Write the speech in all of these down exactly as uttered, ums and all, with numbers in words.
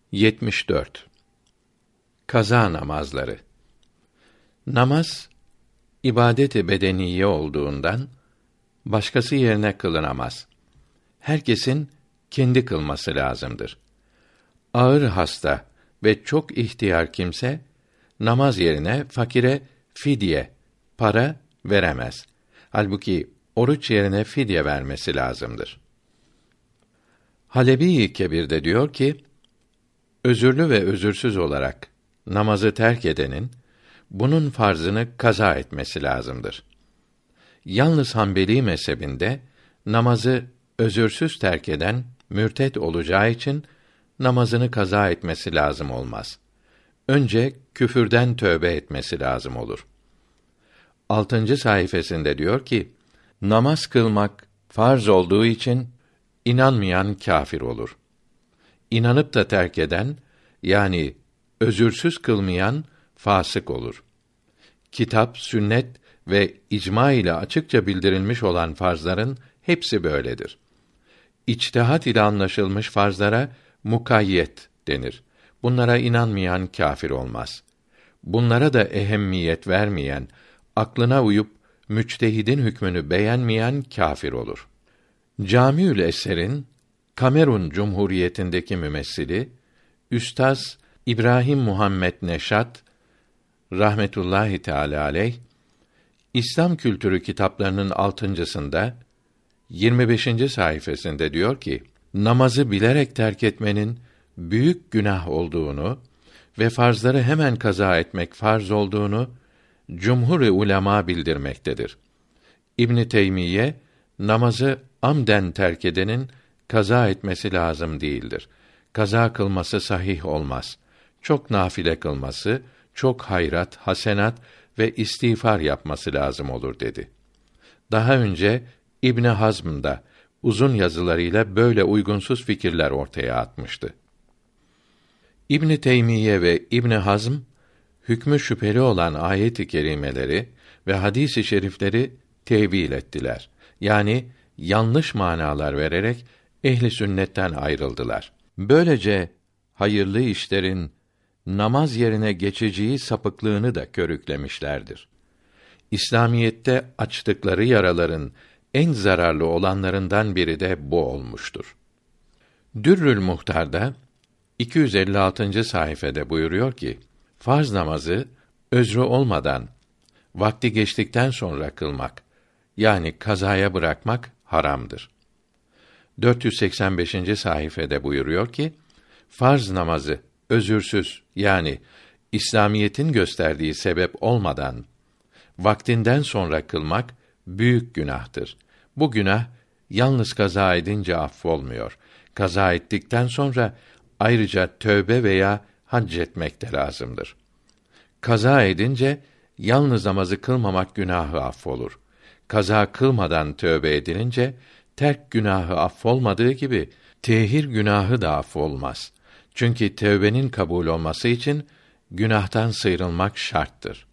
yetmiş dört. Kaza namazları. Namaz ibadet-i bedeniye olduğundan başkası yerine kılınamaz. Herkesin kendi kılması lazımdır. Ağır hasta ve çok ihtiyar kimse namaz yerine fakire fidye, para veremez. Halbuki oruç yerine fidye vermesi lazımdır. Halebi-i Kebir'de diyor ki, özürlü ve özürsüz olarak namazı terk edenin bunun farzını kaza etmesi lazımdır. Yalnız Hanbeli mezhebinde namazı özürsüz terk eden mürtet olacağı için namazını kaza etmesi lazım olmaz. Önce küfürden tövbe etmesi lazım olur. Altıncı sayfasında diyor ki, namaz kılmak farz olduğu için inanmayan kâfir olur. İnanıp da terk eden, yani özürsüz kılmayan fasık olur. Kitap, sünnet ve icma ile açıkça bildirilmiş olan farzların hepsi böyledir. İçtihat ile anlaşılmış farzlara mukayyet denir. Bunlara inanmayan kâfir olmaz. Bunlara da ehemmiyet vermeyen, aklına uyup müçtehidin hükmünü beğenmeyen kâfir olur. Câmiül Eser'in Kamerun Cumhuriyeti'ndeki mümessili Üstaz İbrahim Muhammed Neşat rahmetullahi teâlâ aleyh, İslam kültürü kitaplarının altıncısında yirmi beşinci sayfasında diyor ki, namazı bilerek terk etmenin büyük günah olduğunu ve farzları hemen kaza etmek farz olduğunu cumhur-i ulema bildirmektedir. İbn Teymiyye, namazı amden terk edenin kaza etmesi lazım değildir. Kaza kılması sahih olmaz. Çok nafile kılması, çok hayrat, hasenat ve istiğfar yapması lazım olur dedi. Daha önce İbn Hazm da uzun yazılarıyla böyle uygunsuz fikirler ortaya atmıştı. İbn Teymiyye ve İbn Hazm hükmü şüpheli olan ayet-i kerimeleri ve hadis-i şerifleri tevil ettiler. Yani yanlış manalar vererek ehli sünnetten ayrıldılar. Böylece hayırlı işlerin namaz yerine geçeceği sapıklığını da körüklemişlerdir. İslamiyette açtıkları yaraların en zararlı olanlarından biri de bu olmuştur. Dürrül Muhtar'da iki yüz elli altıncı sayfada buyuruyor ki, farz namazı özrü olmadan vakti geçtikten sonra kılmak, yani kazaya bırakmak haramdır. dört yüz seksen beşinci sayfada buyuruyor ki, farz namazı özürsüz, yani İslamiyetin gösterdiği sebep olmadan vaktinden sonra kılmak büyük günahtır. Bu günah yalnız kaza edince affolmuyor. Kaza ettikten sonra ayrıca tövbe veya hac etmek de lazımdır. Kaza edince yalnız namazı kılmamak günahı affolur. Kaza kılmadan tövbe edilince terk günahı affolmadığı gibi tehir günahı da affolmaz. Çünkü tövbenin kabul olması için günahtan sıyrılmak şarttır.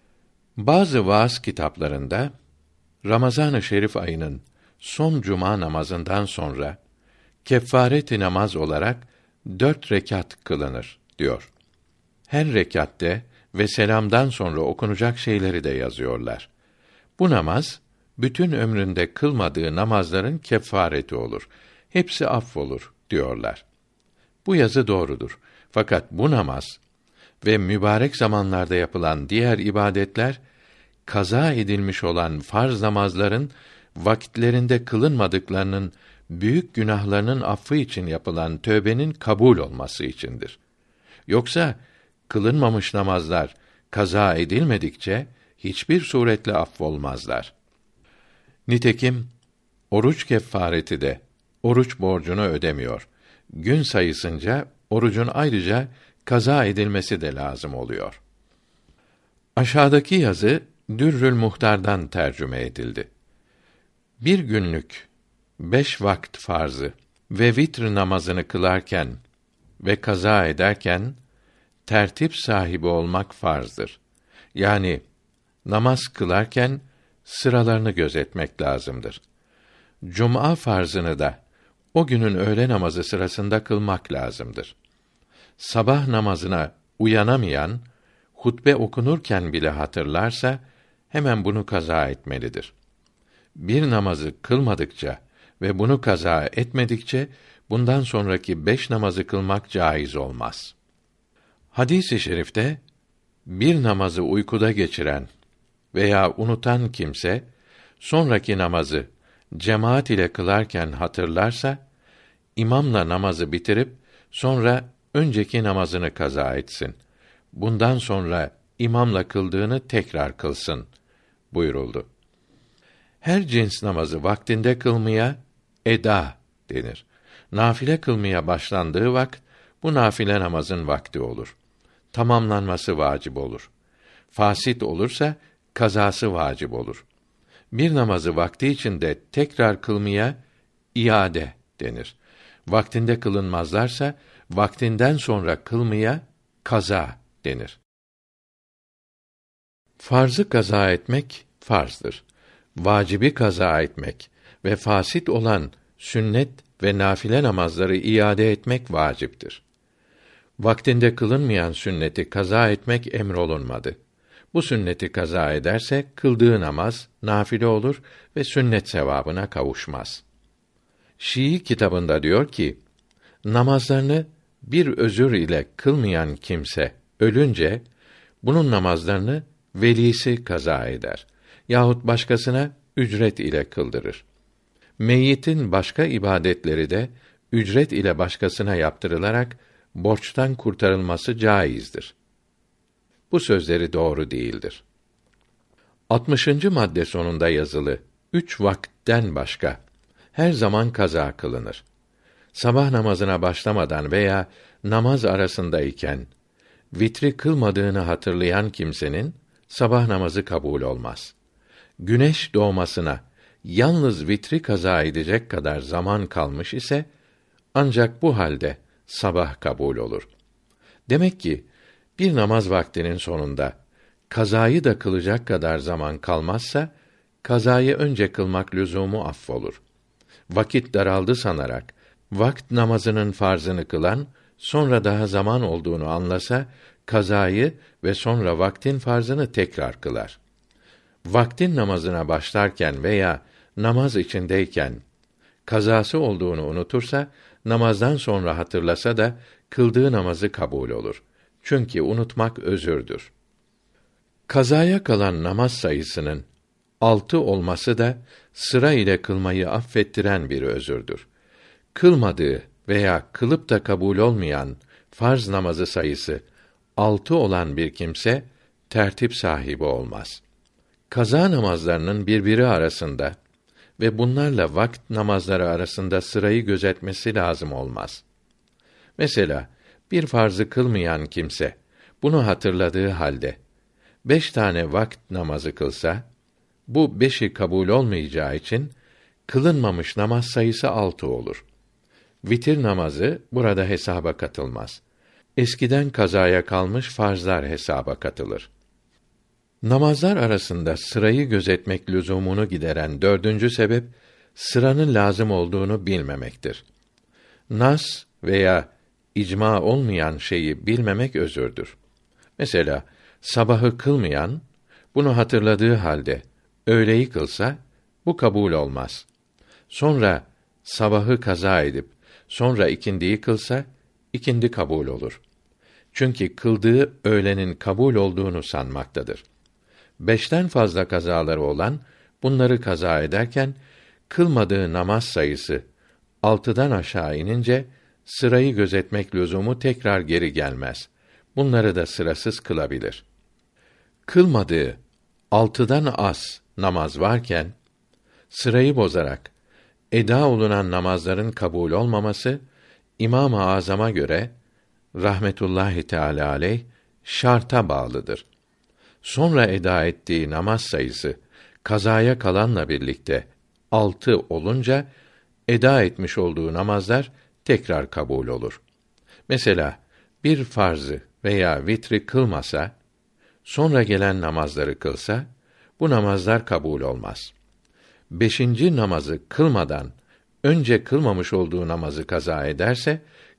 Bazı vaaz kitaplarında Ramazan-ı Şerif ayının son cuma namazından sonra kefaret-i namaz olarak dört rekat kılınır diyor. Her rekatte ve selamdan sonra okunacak şeyleri de yazıyorlar. Bu namaz bütün ömründe kılmadığı namazların kefareti olur. Hepsi affolur diyorlar. Bu yazı doğrudur. Fakat bu namaz ve mübarek zamanlarda yapılan diğer ibadetler kaza edilmiş olan farz namazların vakitlerinde kılınmadıklarının büyük günahlarının affı için yapılan tövbenin kabul olması içindir. Yoksa kılınmamış namazlar kaza edilmedikçe hiçbir suretle affolmazlar. Nitekim oruç kefareti de oruç borcunu ödemiyor. Gün sayısınca orucun ayrıca kaza edilmesi de lazım oluyor. Aşağıdaki yazı Dürrül Muhtar'dan tercüme edildi. Bir günlük beş vakit farzı ve vitr namazını kılarken ve kaza ederken tertip sahibi olmak farzdır. Yani namaz kılarken sıralarını gözetmek lazımdır. Cuma farzını da o günün öğle namazı sırasında kılmak lazımdır. sabah namazına uyanamayan, hutbe okunurken bile hatırlarsa, hemen bunu kaza etmelidir. Bir namazı kılmadıkça ve bunu kaza etmedikçe, bundan sonraki beş namazı kılmak caiz olmaz. Hadis-i şerifte, bir namazı uykuda geçiren veya unutan kimse, sonraki namazı cemaat ile kılarken hatırlarsa, imamla namazı bitirip, sonra önceki namazını kaza etsin. Bundan sonra imamla kıldığını tekrar kılsın buyuruldu. Her cins namazı vaktinde kılmaya eda denir. Nafile kılmaya başlandığı vakit, bu nafile namazın vakti olur. Tamamlanması vacip olur. Fasit olursa, kazası vacip olur. Bir namazı vakti içinde tekrar kılmaya iade denir. Vaktinde kılınmazlarsa, vaktinden sonra kılmaya kaza denir. Farzı kaza etmek farzdır. Vacibi kaza etmek ve fasit olan sünnet ve nafile namazları iade etmek vaciptir. Vaktinde kılınmayan sünneti kaza etmek emrolunmadı. Bu sünneti kaza ederse, kıldığı namaz nafile olur ve sünnet sevabına kavuşmaz. Şii kitabında diyor ki, namazlarını bir özür ile kılmayan kimse ölünce, bunun namazlarını velisi kaza eder yahut başkasına ücret ile kıldırır. Meyyitin başka ibadetleri de ücret ile başkasına yaptırılarak borçtan kurtarılması caizdir. Bu sözleri doğru değildir. altmışıncı madde sonunda yazılı üç vakitten başka her zaman kaza kılınır. Sabah namazına başlamadan veya namaz arasındayken vitri kılmadığını hatırlayan kimsenin sabah namazı kabul olmaz. Güneş doğmasına yalnız vitri kaza edecek kadar zaman kalmış ise, ancak bu halde sabah kabul olur. Demek ki bir namaz vaktinin sonunda kazayı da kılacak kadar zaman kalmazsa, kazayı önce kılmak lüzumu affolur. Vakit daraldı sanarak vakt namazının farzını kılan, sonra daha zaman olduğunu anlasa, kazayı ve sonra vaktin farzını tekrar kılar. Vaktin namazına başlarken veya namaz içindeyken kazası olduğunu unutursa, namazdan sonra hatırlasa da kıldığı namazı kabul olur. Çünkü unutmak özürdür. Kazaya kalan namaz sayısının altı olması da sıra ile kılmayı affettiren bir özürdür. Kılmadığı veya kılıp da kabul olmayan farz namazı sayısı altı olan bir kimse tertip sahibi olmaz. Kaza namazlarının birbiri arasında ve bunlarla vakit namazları arasında sırayı gözetmesi lazım olmaz. Mesela bir farzı kılmayan kimse bunu hatırladığı halde beş tane vakit namazı kılsa, bu beşi kabul olmayacağı için kılınmamış namaz sayısı altı olur. Vitir namazı burada hesaba katılmaz. Eskiden kazaya kalmış farzlar hesaba katılır. Namazlar arasında sırayı gözetmek lüzumunu gideren dördüncü sebep, sıranın lazım olduğunu bilmemektir. Nas veya icma olmayan şeyi bilmemek özürdür. Mesela sabahı kılmayan, bunu hatırladığı halde öğleyi kılsa, bu kabul olmaz. Sonra sabahı kaza edip sonra ikindiyi kılsa, ikindi kabul olur. Çünkü kıldığı öğlenin kabul olduğunu sanmaktadır. Beşten fazla kazaları olan, bunları kaza ederken, kılmadığı namaz sayısı altıdan aşağı inince, sırayı gözetmek lüzumu tekrar geri gelmez. Bunları da sırasız kılabilir. Kılmadığı altıdan az namaz varken, sırayı bozarak eda olunan namazların kabul olmaması, İmam-ı Azam'a göre rahmetullahi teâlâ aleyh şarta bağlıdır. Sonra eda ettiği namaz sayısı kazaya kalanla birlikte altı olunca, eda etmiş olduğu namazlar tekrar kabul olur. Mesela bir farzı veya vitri kılmasa, sonra gelen namazları kılsa, bu namazlar kabul olmaz. Beşinci namazı kılmadan önce kılmamış olduğu namazı kaza ederse,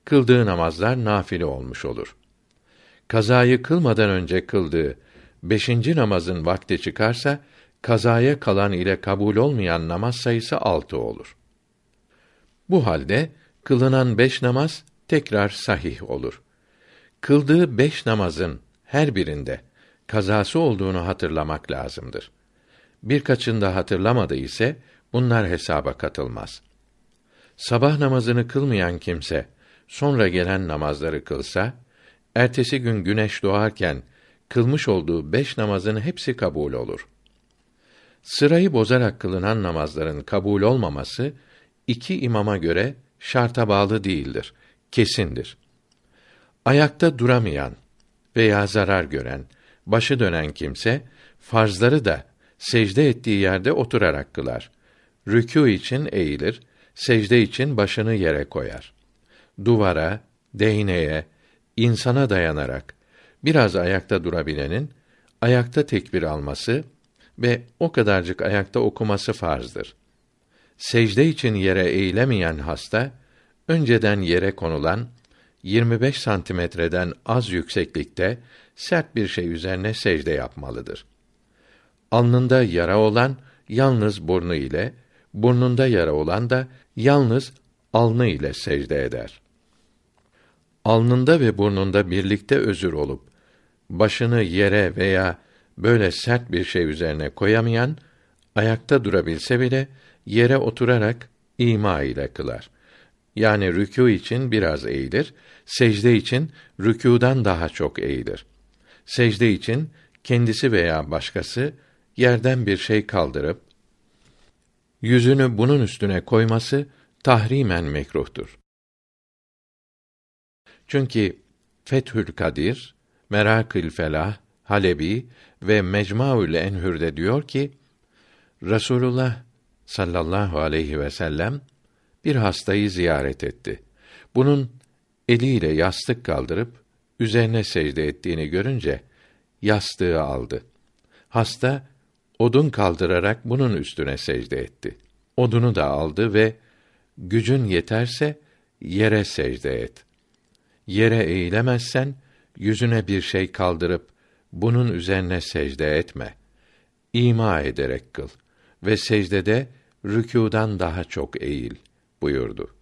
kıldığı namazlar nafile olmuş olur. Kazayı kılmadan önce kıldığı beşinci namazın vakti çıkarsa, kazaya kalan ile kabul olmayan namaz sayısı altı olur. Bu halde kılınan beş namaz tekrar sahih olur. Kıldığı beş namazın her birinde kazası olduğunu hatırlamak lazımdır. Birkaçında hatırlamadı ise bunlar hesaba katılmaz. Sabah namazını kılmayan kimse sonra gelen namazları kılsa, ertesi gün güneş doğarken kılmış olduğu beş namazın hepsi kabul olur. Sırayı bozarak kılınan namazların kabul olmaması iki imama göre şarta bağlı değildir, kesindir. Ayakta duramayan veya zarar gören, başı dönen kimse farzları da secde ettiği yerde oturarak kılar. Rükû için eğilir, secde için başını yere koyar. Duvara, değneğe, insana dayanarak biraz ayakta durabilenin ayakta tekbir alması ve o kadarcık ayakta okuması farzdır. Secde için yere eğilemeyen hasta önceden yere konulan yirmi beş santimetreden az yükseklikte sert bir şey üzerine secde yapmalıdır. Alnında yara olan yalnız burnu ile, burnunda yara olan da yalnız alnı ile secde eder. Alnında ve burnunda birlikte özür olup başını yere veya böyle sert bir şey üzerine koyamayan ayakta durabilse bile yere oturarak ima ile kılar. Yani rükû için biraz eğilir, secde için rükûdan daha çok eğilir. Secde için kendisi veya başkası yerden bir şey kaldırıp yüzünü bunun üstüne koyması tahrimen mekruhtur. Çünkü Fethül Kadir, Merakül Felah, Halebi ve Mecmuaül Enhür'de diyor ki, Resulullah sallallahu aleyhi ve sellem bir hastayı ziyaret etti. Bunun eliyle yastık kaldırıp üzerine secde ettiğini görünce yastığı aldı. Hasta odun kaldırarak bunun üstüne secde etti. Odunu da aldı ve gücün yeterse yere secde et. Yere eğilemezsen yüzüne bir şey kaldırıp bunun üzerine secde etme. İma ederek kıl ve secdede rükûdan daha çok eğil buyurdu.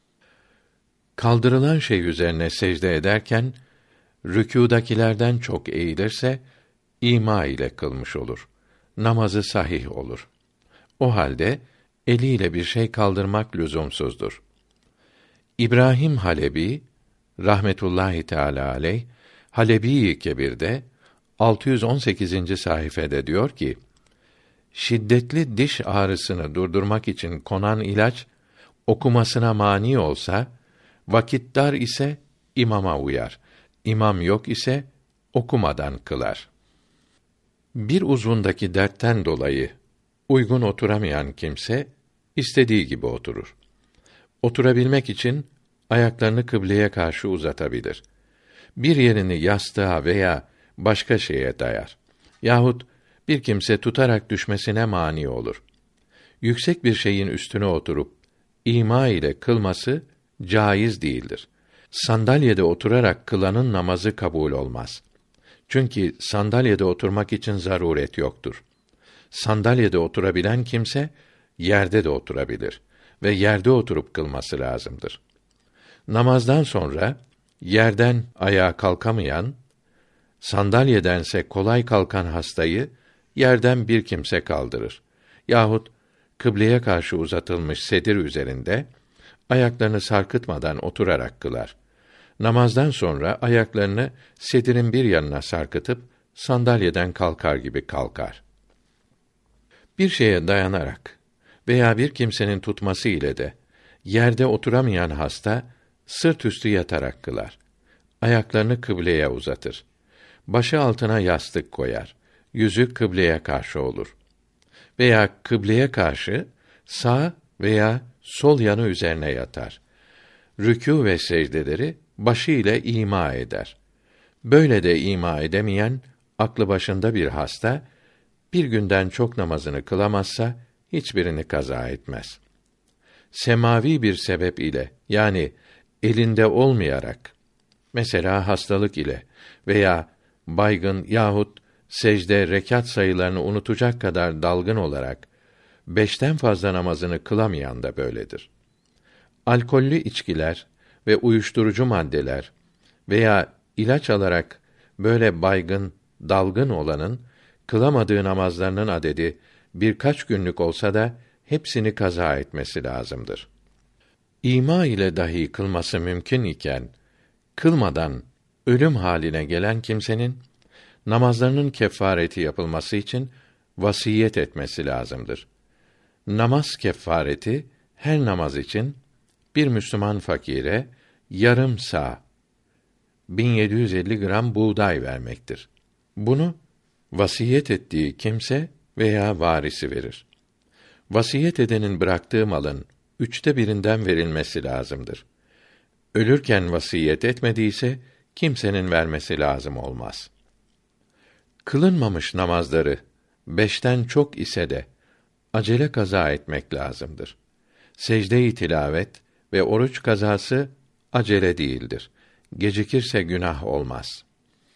Kaldırılan şey üzerine secde ederken rükûdakilerden çok eğilirse ima ile kılmış olur. Namazı sahih olur. O halde eliyle bir şey kaldırmak lüzumsuzdur. İbrahim Halebi rahmetullahi teâlâ aleyh Halebi-i Kebir'de altı yüz on sekizinci sayfede diyor ki: şiddetli diş ağrısını durdurmak için konan ilaç okumasına mani olsa, vakit dar ise imama uyar. İmam yok ise okumadan kılar. Bir uzvundaki dertten dolayı uygun oturamayan kimse istediği gibi oturur. Oturabilmek için ayaklarını kıbleye karşı uzatabilir. Bir yerini yastığa veya başka şeye dayar. Yahut bir kimse tutarak düşmesine mani olur. Yüksek bir şeyin üstüne oturup ima ile kılması caiz değildir. Sandalyede oturarak kılanın namazı kabul olmaz. Çünkü sandalyede oturmak için zaruret yoktur. Sandalyede oturabilen kimse yerde de oturabilir ve yerde oturup kılması lazımdır. Namazdan sonra yerden ayağa kalkamayan, sandalyedense kolay kalkan hastayı yerden bir kimse kaldırır. Yahut kıbleye karşı uzatılmış sedir üzerinde ayaklarını sarkıtmadan oturarak kılar. Namazdan sonra ayaklarını sedirin bir yanına sarkıtıp sandalyeden kalkar gibi kalkar. Bir şeye dayanarak veya bir kimsenin tutması ile de yerde oturamayan hasta sırt üstü yatarak kılar. Ayaklarını kıbleye uzatır. Başı altına yastık koyar. Yüzü kıbleye karşı olur. Veya kıbleye karşı sağ veya sol yanı üzerine yatar. Rükû ve secdeleri başı ile ima eder. Böyle de ima edemeyen aklı başında bir hasta bir günden çok namazını kılamazsa hiçbirini kaza etmez. Semavi bir sebep ile yani elinde olmayarak, mesela hastalık ile veya baygın yahut secde rekat sayılarını unutacak kadar dalgın olarak beşten fazla namazını kılamayan da böyledir. Alkollü içkiler ve uyuşturucu maddeler veya ilaç alarak böyle baygın, dalgın olanın kılamadığı namazlarının adedi birkaç günlük olsa da hepsini kaza etmesi lazımdır. İma ile dahi kılması mümkün iken kılmadan ölüm haline gelen kimsenin namazlarının kefareti yapılması için vasiyet etmesi lazımdır. Namaz kefareti her namaz için bir Müslüman fakire yarım sağ bin yedi yüz elli gram buğday vermektir. Bunu vasiyet ettiği kimse veya varisi verir. Vasiyet edenin bıraktığı malın üçte birinden verilmesi lazımdır. Ölürken vasiyet etmediyse kimsenin vermesi lazım olmaz. Kılınmamış namazları beşten çok ise de acele kaza etmek lazımdır. Secde-i tilavet ve oruç kazası acele değildir. Gecikirse günah olmaz.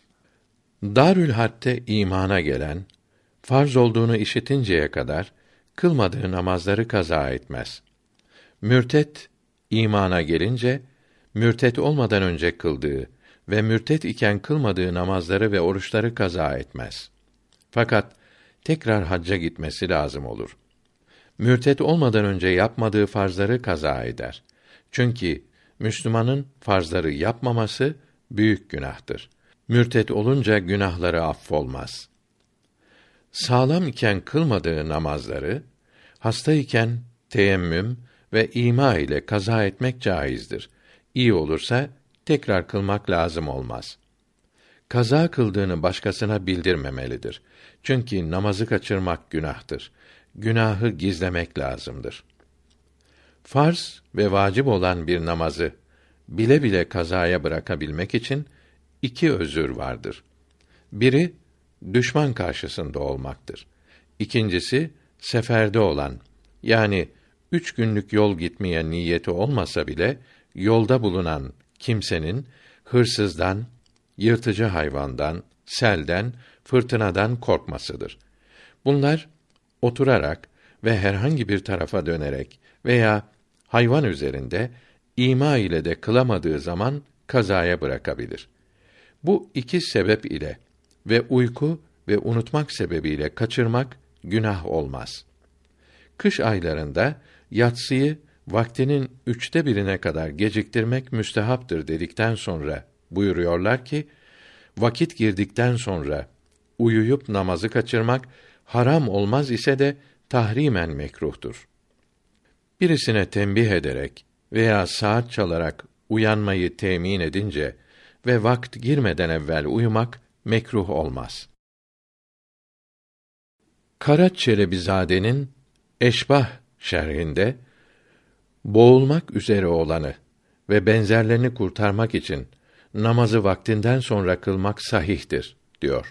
Darül Harp'te imana gelen, farz olduğunu işitinceye kadar kılmadığı namazları kaza etmez. Mürtet imana gelince, mürtet olmadan önce kıldığı ve mürtet iken kılmadığı namazları ve oruçları kaza etmez. Fakat tekrar hacca gitmesi lazım olur. Mürtet olmadan önce yapmadığı farzları kaza eder. Çünkü Müslümanın farzları yapmaması büyük günahtır. Mürtet olunca günahları affolmaz. Sağlam iken kılmadığı namazları, hasta iken teyemmüm ve ima ile kaza etmek caizdir. İyi olursa tekrar kılmak lazım olmaz. Kaza kıldığını başkasına bildirmemelidir. Çünkü namazı kaçırmak günahtır. Günahı gizlemek lazımdır. Farz ve vacip olan bir namazı bile bile kazaya bırakabilmek için iki özür vardır. Biri düşman karşısında olmaktır. İkincisi seferde olan, yani üç günlük yol gitmeye niyeti olmasa bile yolda bulunan kimsenin hırsızdan, yırtıcı hayvandan, selden, fırtınadan korkmasıdır. Bunlar oturarak ve herhangi bir tarafa dönerek veya hayvan üzerinde ima ile de kılamadığı zaman kazaya bırakabilir. Bu iki sebep ile ve uyku ve unutmak sebebiyle kaçırmak günah olmaz. Kış aylarında yatsıyı vaktinin üçte birine kadar geciktirmek müstehaptır dedikten sonra buyuruyorlar ki, vakit girdikten sonra uyuyup namazı kaçırmak haram olmaz ise de tahrimen mekruhtur. Birisine tembih ederek veya saat çalarak uyanmayı temin edince ve vakt girmeden evvel uyumak mekruh olmaz. Karaç Çelebizade'nin Eşbah şerhinde boğulmak üzere olanı ve benzerlerini kurtarmak için namazı vaktinden sonra kılmak sahihtir diyor.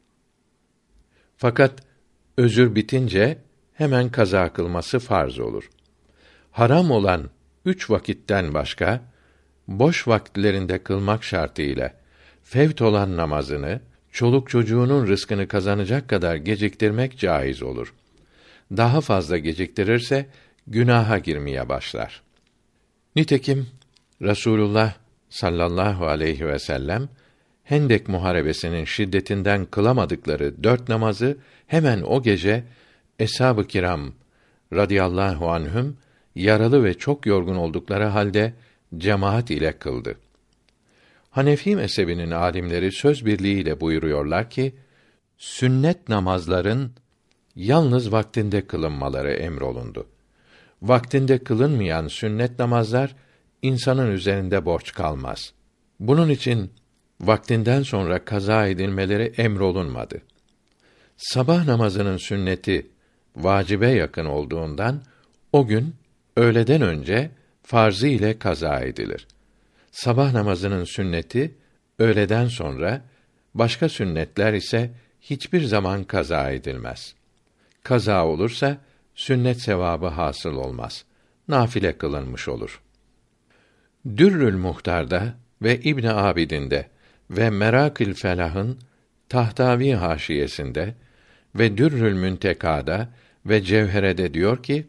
Fakat özür bitince hemen kaza kılması farz olur. Haram olan üç vakitten başka boş vakitlerinde kılmak şartıyla fevt olan namazını çoluk çocuğunun rızkını kazanacak kadar geciktirmek caiz olur. Daha fazla geciktirirse günaha girmeye başlar. Nitekim Resulullah sallallahu aleyhi ve sellem Hendek muharebesinin şiddetinden kılamadıkları dört namazı hemen o gece eshab-ı kiram radıyallahu anhüm yaralı ve çok yorgun oldukları halde cemaat ile kıldı. Hanefi mezhebinin alimleri söz birliğiyle buyuruyorlar ki, sünnet namazların yalnız vaktinde kılınmaları emrolundu. Vaktinde kılınmayan sünnet namazlar insanın üzerinde borç kalmaz. Bunun için vaktinden sonra kaza edilmeleri emrolunmadı. Sabah namazının sünneti vacibe yakın olduğundan o gün öğleden önce farzı ile kaza edilir. Sabah namazının sünneti öğleden sonra, başka sünnetler ise hiçbir zaman kaza edilmez. Kaza olursa sünnet sevabı hasıl olmaz. Nafile kılınmış olur. Dürrül Muhtar'da ve İbn Abidin'de ve Merakil Felah'ın Tahtavi haşiyesinde ve Dürrül Müntekâ'da ve Cevhere'de diyor ki,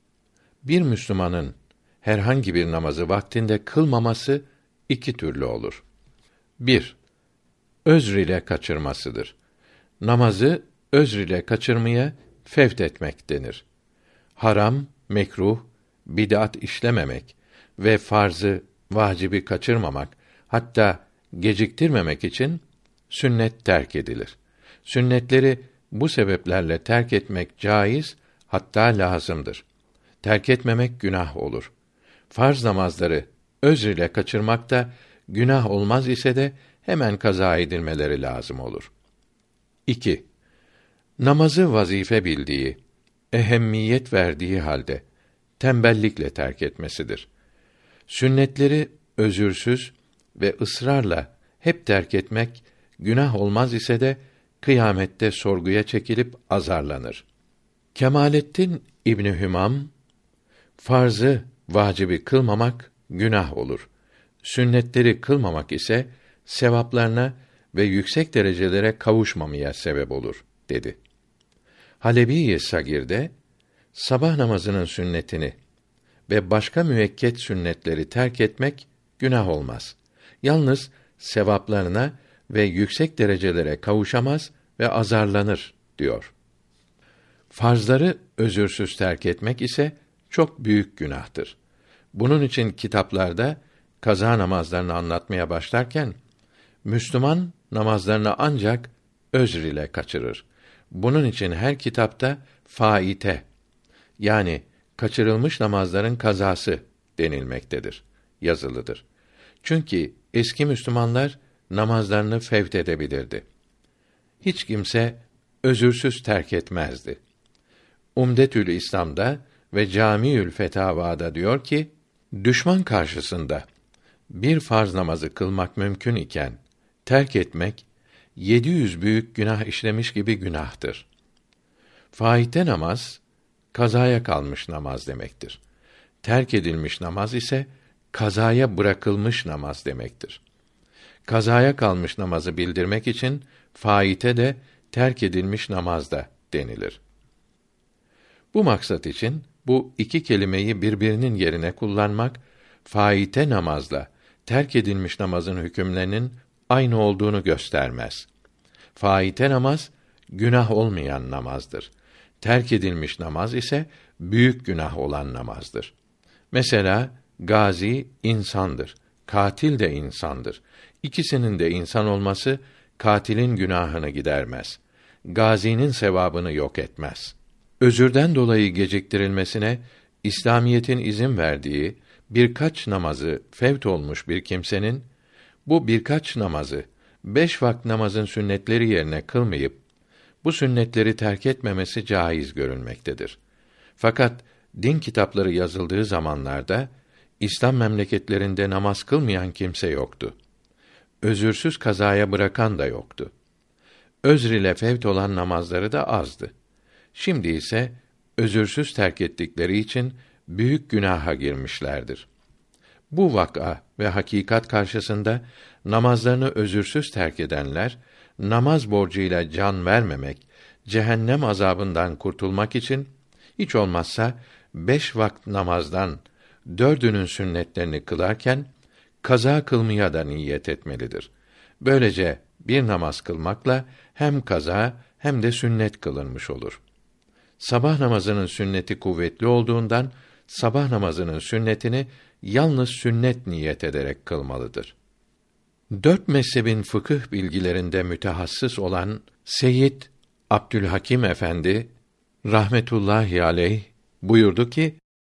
bir Müslümanın herhangi bir namazı vaktinde kılmaması iki türlü olur. Bir, özr ile kaçırmasıdır. Namazı özr ile kaçırmaya fevt etmek denir. Haram, mekruh, bid'at işlememek ve farzı, vacibi kaçırmamak, hatta geciktirmemek için sünnet terk edilir. Sünnetleri bu sebeplerle terk etmek caiz, hatta lazımdır. Terk etmemek günah olur. Farz namazları özr ile kaçırmak da günah olmaz ise de hemen kaza edilmeleri lazım olur. İki, namazı vazife bildiği, ehemmiyet verdiği halde tembellikle terk etmesidir. Sünnetleri özürsüz ve ısrarla hep terk etmek günah olmaz ise de kıyamette sorguya çekilip azarlanır. Kemalettin İbni Hümam, farzı, vacibi kılmamak günah olur. Sünnetleri kılmamak ise sevaplarına ve yüksek derecelere kavuşmamaya sebep olur, dedi. Halebi-i Sagir'de, sabah namazının sünnetini ve başka müekket sünnetleri terk etmek günah olmaz. Yalnız sevaplarına ve yüksek derecelere kavuşamaz ve azarlanır, diyor. Farzları özürsüz terk etmek ise çok büyük günahtır. Bunun için kitaplarda kaza namazlarını anlatmaya başlarken, Müslüman namazlarını ancak özr ile kaçırır. Bunun için her kitapta faite, yani kaçırılmış namazların kazası denilmektedir, yazılıdır. Çünkü eski Müslümanlar namazlarını fevt edebilirdi. Hiç kimse özürsüz terk etmezdi. Umdetül İslam'da ve Câmiül Fetavâ'da diyor ki, düşman karşısında bir farz namazı kılmak mümkün iken terk etmek yedi yüz büyük günah işlemiş gibi günahtır. Faite namaz kazaya kalmış namaz demektir. Terk edilmiş namaz ise kazaya bırakılmış namaz demektir. Kazaya kalmış namazı bildirmek için faite de terk edilmiş namaz da denilir. Bu maksat için bu iki kelimeyi birbirinin yerine kullanmak, faite namazla terk edilmiş namazın hükümlerinin aynı olduğunu göstermez. Faite namaz günah olmayan namazdır. Terk edilmiş namaz ise büyük günah olan namazdır. Mesela gazi insandır, katil de insandır. İkisinin de insan olması katilin günahını gidermez. Gazinin sevabını yok etmez. Özürden dolayı geciktirilmesine İslamiyetin izin verdiği birkaç namazı fevt olmuş bir kimsenin bu birkaç namazı beş vakit namazın sünnetleri yerine kılmayıp bu sünnetleri terk etmemesi caiz görülmektedir. Fakat din kitapları yazıldığı zamanlarda İslam memleketlerinde namaz kılmayan kimse yoktu. Özürsüz kazaya bırakan da yoktu. Özr ile fevt olan namazları da azdı. Şimdi ise özürsüz terk ettikleri için büyük günaha girmişlerdir. Bu vak'a ve hakikat karşısında namazlarını özürsüz terk edenler, namaz borcuyla can vermemek, cehennem azabından kurtulmak için hiç olmazsa beş vakit namazdan dördünün sünnetlerini kılarken kaza kılmaya da niyet etmelidir. Böylece bir namaz kılmakla hem kaza hem de sünnet kılınmış olur. Sabah namazının sünneti kuvvetli olduğundan sabah namazının sünnetini yalnız sünnet niyet ederek kılmalıdır. Dört mezhebin fıkıh bilgilerinde mütehassıs olan Seyyid Abdülhakim Efendi rahmetullahi aleyh buyurdu ki,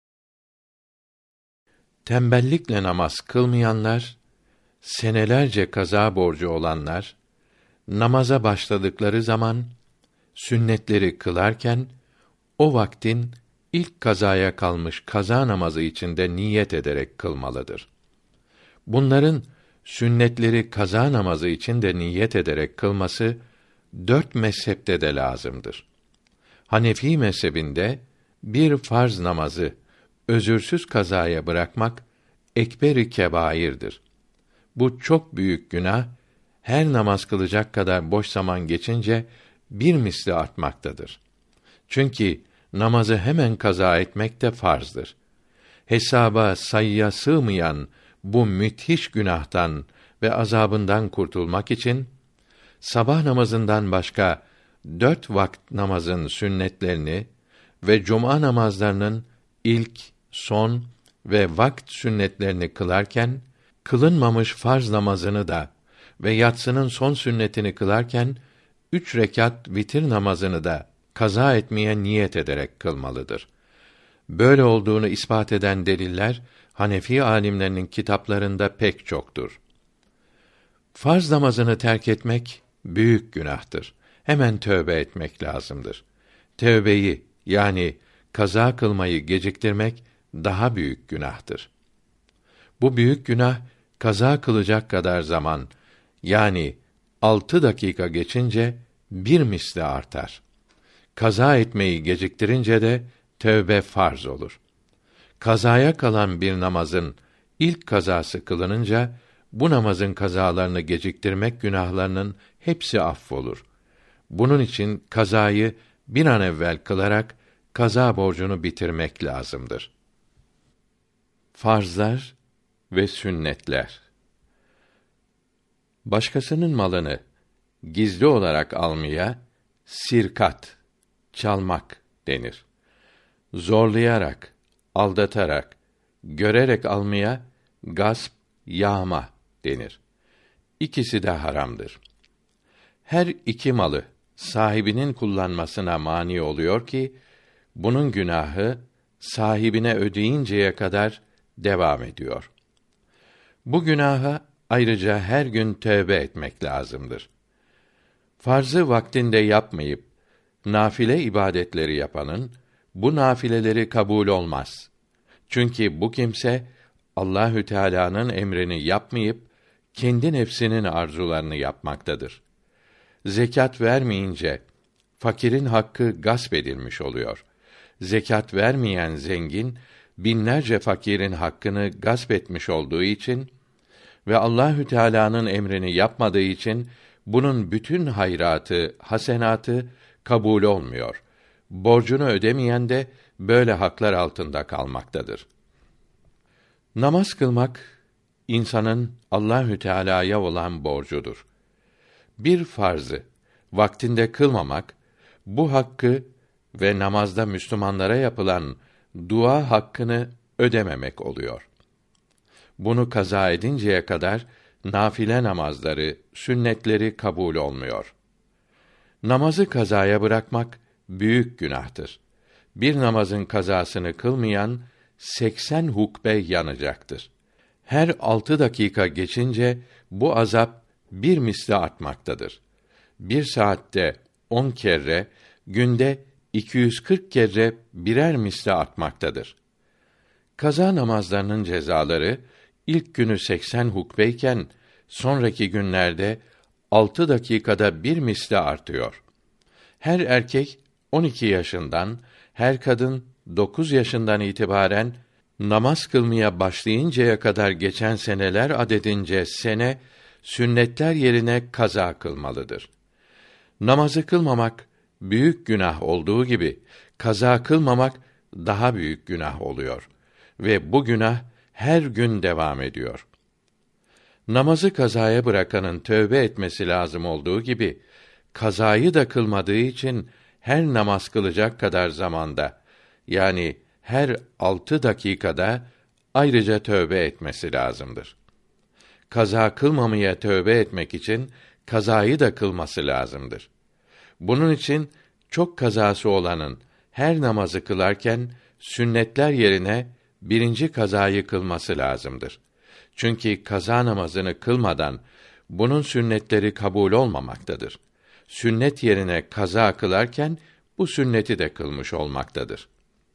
tembellikle namaz kılmayanlar, senelerce kaza borcu olanlar, namaza başladıkları zaman sünnetleri kılarken o vaktin ilk kazaya kalmış kaza namazı içinde niyet ederek kılmalıdır. Bunların sünnetleri kaza namazı için de niyet ederek kılması dört mezhepte de lazımdır. Hanefi mezhebinde bir farz namazı özürsüz kazaya bırakmak ekber-i kebair'dir. Bu çok büyük günah, her namaz kılacak kadar boş zaman geçince bir misli artmaktadır. Çünkü namazı hemen kaza etmek de farzdır. Hesaba, sayıya sığmayan bu müthiş günahtan ve azabından kurtulmak için sabah namazından başka dört vakit namazın sünnetlerini ve cuma namazlarının ilk, son ve vakit sünnetlerini kılarken, kılınmamış farz namazını da ve yatsının son sünnetini kılarken, üç rekat vitir namazını da kaza etmeye niyet ederek kılmalıdır. Böyle olduğunu ispat eden deliller, Hanefi âlimlerinin kitaplarında pek çoktur. Farz namazını terk etmek, büyük günahtır. Hemen tövbe etmek lazımdır. Tövbeyi, yani kaza kılmayı geciktirmek, daha büyük günahtır. Bu büyük günah, kaza kılacak kadar zaman, yani altı dakika geçince, bir misli artar. Kaza etmeyi geciktirince de, tövbe farz olur. Kazaya kalan bir namazın, ilk kazası kılınınca, bu namazın kazalarını geciktirmek günahlarının hepsi affolur. Bunun için kazayı bir an evvel kılarak, kaza borcunu bitirmek lazımdır. Farzlar ve sünnetler. Başkasının malını gizli olarak almaya sirkat, çalmak denir. Zorlayarak, aldatarak, görerek almaya gasp, yağma denir. İkisi de haramdır. Her iki malı sahibinin kullanmasına mani oluyor ki, bunun günahı sahibine ödeyinceye kadar devam ediyor. Bu günaha ayrıca her gün tövbe etmek lazımdır. Farzı vaktinde yapmayıp nafile ibadetleri yapanın bu nafileleri kabul olmaz. Çünkü bu kimse Allahü Teala'nın emrini yapmayıp kendi nefsinin arzularını yapmaktadır. Zekat vermeyince fakirin hakkı gasp edilmiş oluyor. Zekat vermeyen zengin binlerce fakirin hakkını gasp etmiş olduğu için ve Allahü Teala'nın emrini yapmadığı için bunun bütün hayratı, hasenatı kabul olmuyor. Borcunu ödemeyen de böyle haklar altında kalmaktadır. Namaz kılmak insanın Allahü Teala'ya olan borcudur. Bir farzı vaktinde kılmamak bu hakkı ve namazda Müslümanlara yapılan dua hakkını ödememek oluyor. Bunu kaza edinceye kadar nafile namazları, sünnetleri kabul olmuyor. Namazı kazaya bırakmak büyük günahtır. Bir namazın kazasını kılmayan seksen hukbe yanacaktır. Her altı dakika geçince bu azap bir misli artmaktadır. Bir saatte on kere, günde iki yüz kırk kere birer misli artmaktadır. Kaza namazlarının cezaları ilk günü seksen hukbeyken sonraki günlerde altı dakikada bir misli artıyor. Her erkek on iki yaşından, her kadın dokuz yaşından itibaren namaz kılmaya başlayıncaya kadar geçen seneler adedince sene sünnetler yerine kaza kılmalıdır. Namazı kılmamak büyük günah olduğu gibi kaza kılmamak daha büyük günah oluyor ve bu günah her gün devam ediyor. Namazı kazaya bırakanın tövbe etmesi lazım olduğu gibi kazayı da kılmadığı için her namaz kılacak kadar zamanda, yani her altı dakikada ayrıca tövbe etmesi lazımdır. Kaza kılmamaya tövbe etmek için kazayı da kılması lazımdır. Bunun için çok kazası olanın her namazı kılarken sünnetler yerine birinci kazayı kılması lazımdır. Çünkü kaza namazını kılmadan bunun sünnetleri kabul olmamaktadır. Sünnet yerine kaza kılarken bu sünneti de kılmış olmaktadır.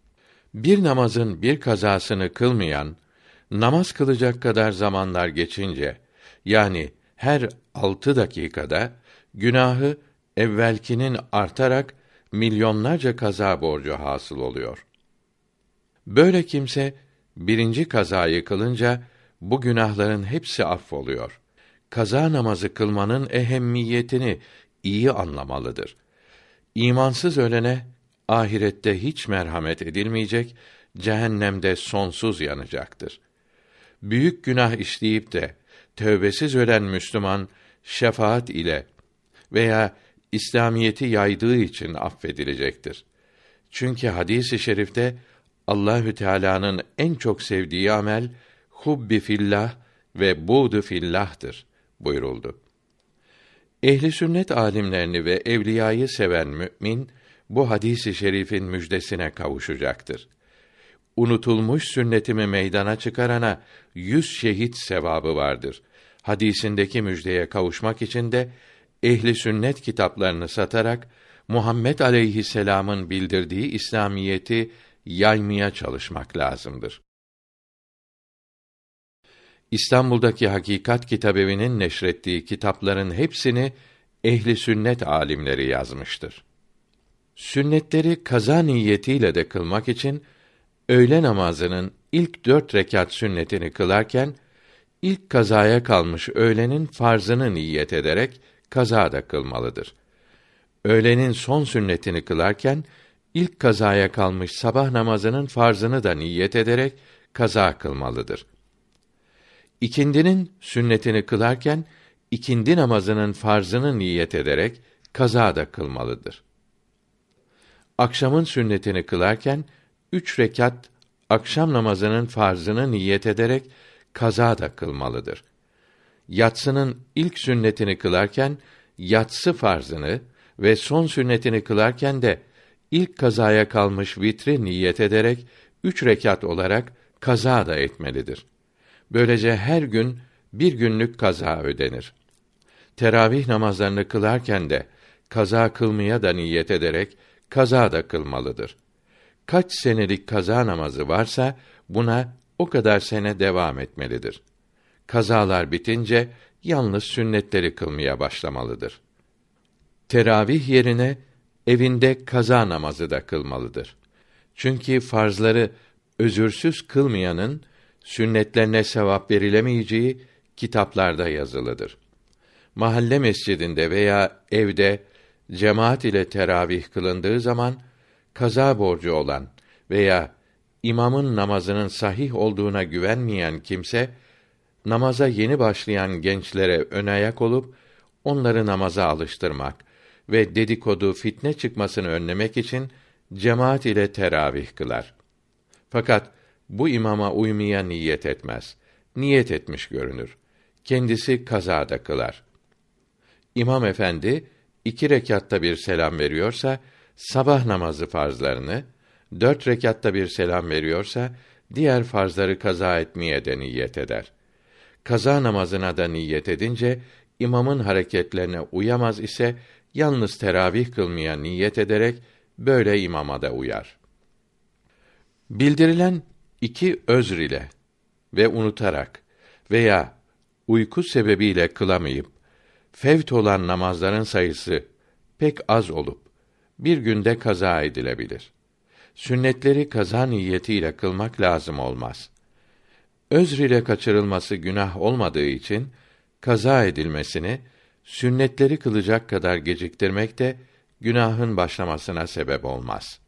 Bir namazın bir kazasını kılmayan, namaz kılacak kadar zamanlar geçince, yani her altı dakikada, günahı evvelkinin artarak milyonlarca kaza borcu hasıl oluyor. Böyle kimse, birinci kazayı kılınca bu günahların hepsi affoluyor. Kaza namazı kılmanın ehemmiyetini iyi anlamalıdır. İmansız ölene ahirette hiç merhamet edilmeyecek, cehennemde sonsuz yanacaktır. Büyük günah işleyip de tövbesiz ölen Müslüman şefaat ile veya İslamiyeti yaydığı için affedilecektir. Çünkü hadis-i şerifte Allahü Teala'nın en çok sevdiği amel hubbi fillah ve buğdu fillah'tır buyuruldu. Ehli sünnet alimlerini ve evliyayı seven mümin bu hadis-i şerifin müjdesine kavuşacaktır. Unutulmuş sünnetimi meydana çıkarana yüz şehit sevabı vardır. Hadisindeki müjdeye kavuşmak için de ehli sünnet kitaplarını satarak Muhammed aleyhisselam'ın bildirdiği İslamiyeti yaymaya çalışmak lazımdır. İstanbul'daki Hakikat Kitabevi'nin neşrettiği kitapların hepsini ehli sünnet alimleri yazmıştır. Sünnetleri kaza niyetiyle de kılmak için öğle namazının ilk dört rekat sünnetini kılarken ilk kazaya kalmış öğlenin farzını niyet ederek kaza da kılmalıdır. Öğlenin son sünnetini kılarken ilk kazaya kalmış sabah namazının farzını da niyet ederek kaza kılmalıdır. İkindinin sünnetini kılarken ikindi namazının farzını niyet ederek kaza da kılmalıdır. Akşamın sünnetini kılarken üç rekat akşam namazının farzını niyet ederek kaza da kılmalıdır. Yatsının ilk sünnetini kılarken yatsı farzını ve son sünnetini kılarken de ilk kazaya kalmış vitri niyet ederek üç rekat olarak kaza da etmelidir. Böylece her gün bir günlük kaza ödenir. Teravih namazlarını kılarken de kaza kılmaya da niyet ederek kaza da kılmalıdır. Kaç senelik kaza namazı varsa buna o kadar sene devam etmelidir. Kazalar bitince yalnız sünnetleri kılmaya başlamalıdır. Teravih yerine evinde kaza namazı da kılmalıdır. Çünkü farzları özürsüz kılmayanın sünnetlerine sevap verilemeyeceği kitaplarda yazılıdır. Mahalle mescidinde veya evde cemaat ile teravih kılındığı zaman kaza borcu olan veya imamın namazının sahih olduğuna güvenmeyen kimse namaza yeni başlayan gençlere önayak olup onları namaza alıştırmak ve dedikodu, fitne çıkmasını önlemek için cemaat ile teravih kılar. Fakat bu imama uymaya niyet etmez. Niyet etmiş görünür. Kendisi kazada kılar. İmam efendi iki rekatta bir selam veriyorsa sabah namazı farzlarını, dört rekatta bir selam veriyorsa diğer farzları kaza etmeye de niyet eder. Kaza namazına da niyet edince imamın hareketlerine uyamaz ise yalnız teravih kılmaya niyet ederek böyle imama da uyar. Bildirilen iki özr ile ve unutarak veya uyku sebebiyle kılamayıp fevt olan namazların sayısı pek az olup bir günde kaza edilebilir. Sünnetleri kaza niyetiyle kılmak lazım olmaz. Özr ile kaçırılması günah olmadığı için kaza edilmesini sünnetleri kılacak kadar geciktirmek de günahın başlamasına sebep olmaz.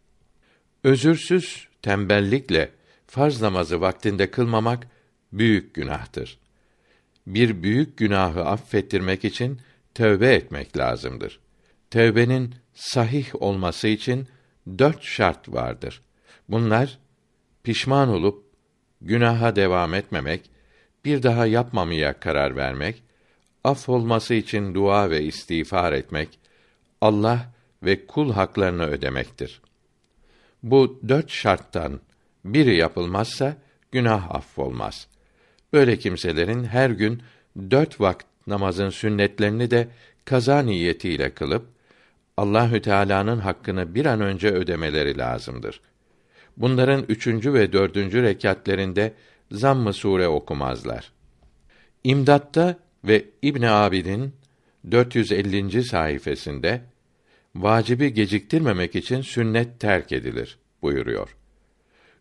Özürsüz tembellikle farz namazı vaktinde kılmamak büyük günahtır. Bir büyük günahı affettirmek için tövbe etmek lazımdır. Tövbenin sahih olması için dört şart vardır. Bunlar pişman olup günaha devam etmemek, bir daha yapmamaya karar vermek, affolması için dua ve istiğfar etmek, Allah ve kul haklarını ödemektir. Bu dört şarttan biri yapılmazsa günah affolmaz. Böyle kimselerin her gün dört vakit namazın sünnetlerini de kaza niyetiyle kılıp Allahü Teala'nın hakkını bir an önce ödemeleri lazımdır. Bunların üçüncü ve dördüncü rekâtlerinde zamm-ı sure okumazlar. İmdatta ve İbn Abidin dört yüz ellinci sayfasında vacibi geciktirmemek için sünnet terk edilir buyuruyor.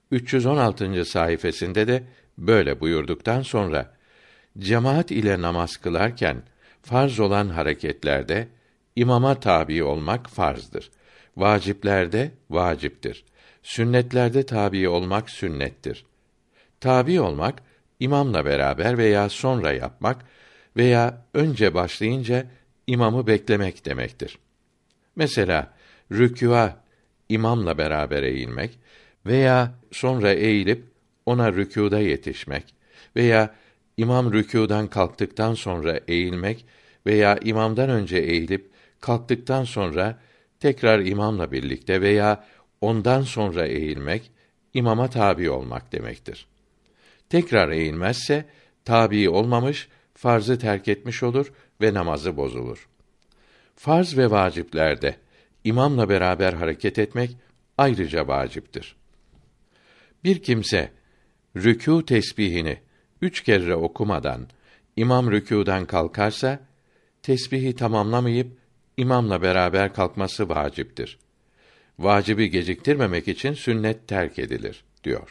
üç yüz on altıncı sayfasında de böyle buyurduktan sonra cemaat ile namaz kılarken farz olan hareketlerde imama tabi olmak farzdır. Vaciplerde vaciptir. Sünnetlerde tabi olmak sünnettir. Tabi olmak imamla beraber veya sonra yapmak veya önce başlayınca imamı beklemek demektir. Mesela rükûa imamla beraber eğilmek veya sonra eğilip ona rükûda yetişmek veya imam rükûdan kalktıktan sonra eğilmek veya imamdan önce eğilip kalktıktan sonra tekrar imamla birlikte veya ondan sonra eğilmek imama tabi olmak demektir. Tekrar eğilmezse tabi olmamış, farzı terk etmiş olur ve namazı bozulur. Farz ve vaciplerde imamla beraber hareket etmek ayrıca vaciptir. Bir kimse rükû tesbihini üç kere okumadan imam rükûdan kalkarsa tesbihi tamamlamayıp imamla beraber kalkması vaciptir. Vacibi geciktirmemek için sünnet terk edilir diyor.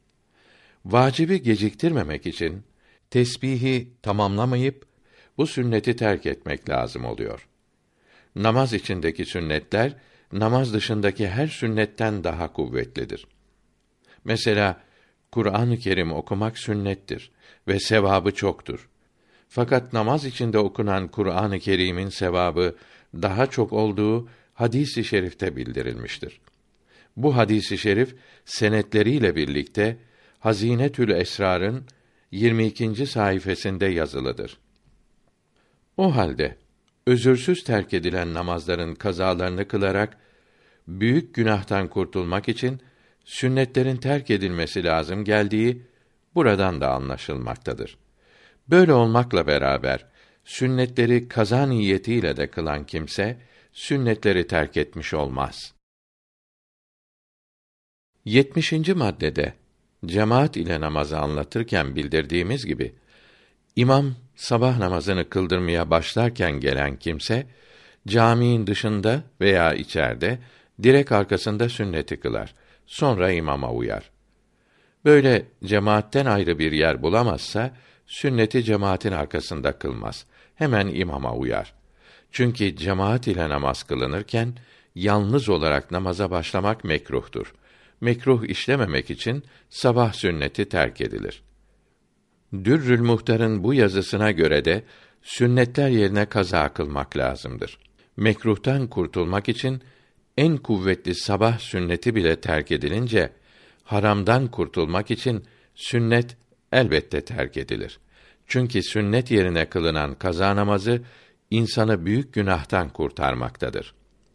Vacibi geciktirmemek için tesbihi tamamlamayıp bu sünneti terk etmek lazım oluyor. Namaz içindeki sünnetler namaz dışındaki her sünnetten daha kuvvetlidir. Mesela Kur'an-ı Kerim okumak sünnettir ve sevabı çoktur. Fakat namaz içinde okunan Kur'an-ı Kerim'in sevabı daha çok olduğu hadis-i şerifte bildirilmiştir. Bu hadis-i şerif senetleriyle birlikte Hazinetül Esrar'ın yirmi ikinci sayfasında yazılıdır. O halde özürsüz terk edilen namazların kazalarını kılarak büyük günahtan kurtulmak için sünnetlerin terk edilmesi lazım geldiği buradan da anlaşılmaktadır. Böyle olmakla beraber sünnetleri kaza niyetiyle de kılan kimse sünnetleri terk etmiş olmaz. yetmişinci maddede cemaat ile namazı anlatırken bildirdiğimiz gibi imam sabah namazını kıldırmaya başlarken gelen kimse caminin dışında veya içeride direk arkasında sünneti kılar. Sonra imama uyar. Böyle cemaatten ayrı bir yer bulamazsa sünneti cemaatin arkasında kılmaz. Hemen imama uyar. Çünkü cemaat ile namaz kılınırken yalnız olarak namaza başlamak mekruhtur. Mekruh işlememek için sabah sünneti terk edilir. Dürrül Muhtar'ın bu yazısına göre de sünnetler yerine kaza kılmak lazımdır. Mekruhtan kurtulmak için en kuvvetli sabah sünneti bile terk edilince haramdan kurtulmak için sünnet elbette terk edilir. Çünkü sünnet yerine kılınan kaza namazı insanı büyük günahtan kurtarmaktadır.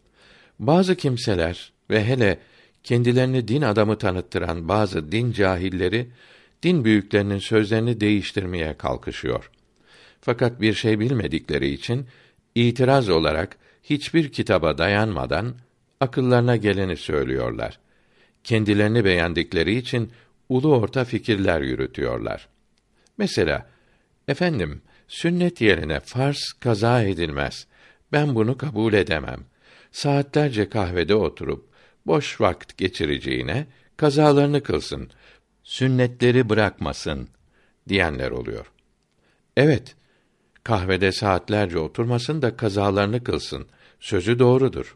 Bazı kimseler ve hele kendilerini din adamı tanıttıran bazı din cahilleri din büyüklerinin sözlerini değiştirmeye kalkışıyor. Fakat bir şey bilmedikleri için itiraz olarak hiçbir kitaba dayanmadan akıllarına geleni söylüyorlar. Kendilerini beğendikleri için ulu orta fikirler yürütüyorlar. Mesela, efendim, sünnet yerine farz kaza edilmez. Ben bunu kabul edemem. Saatlerce kahvede oturup boş vakit geçireceğine kazalarını kılsın. Sünnetleri bırakmasın diyenler oluyor. Evet, kahvede saatlerce oturmasın da kazalarını kılsın. Sözü doğrudur.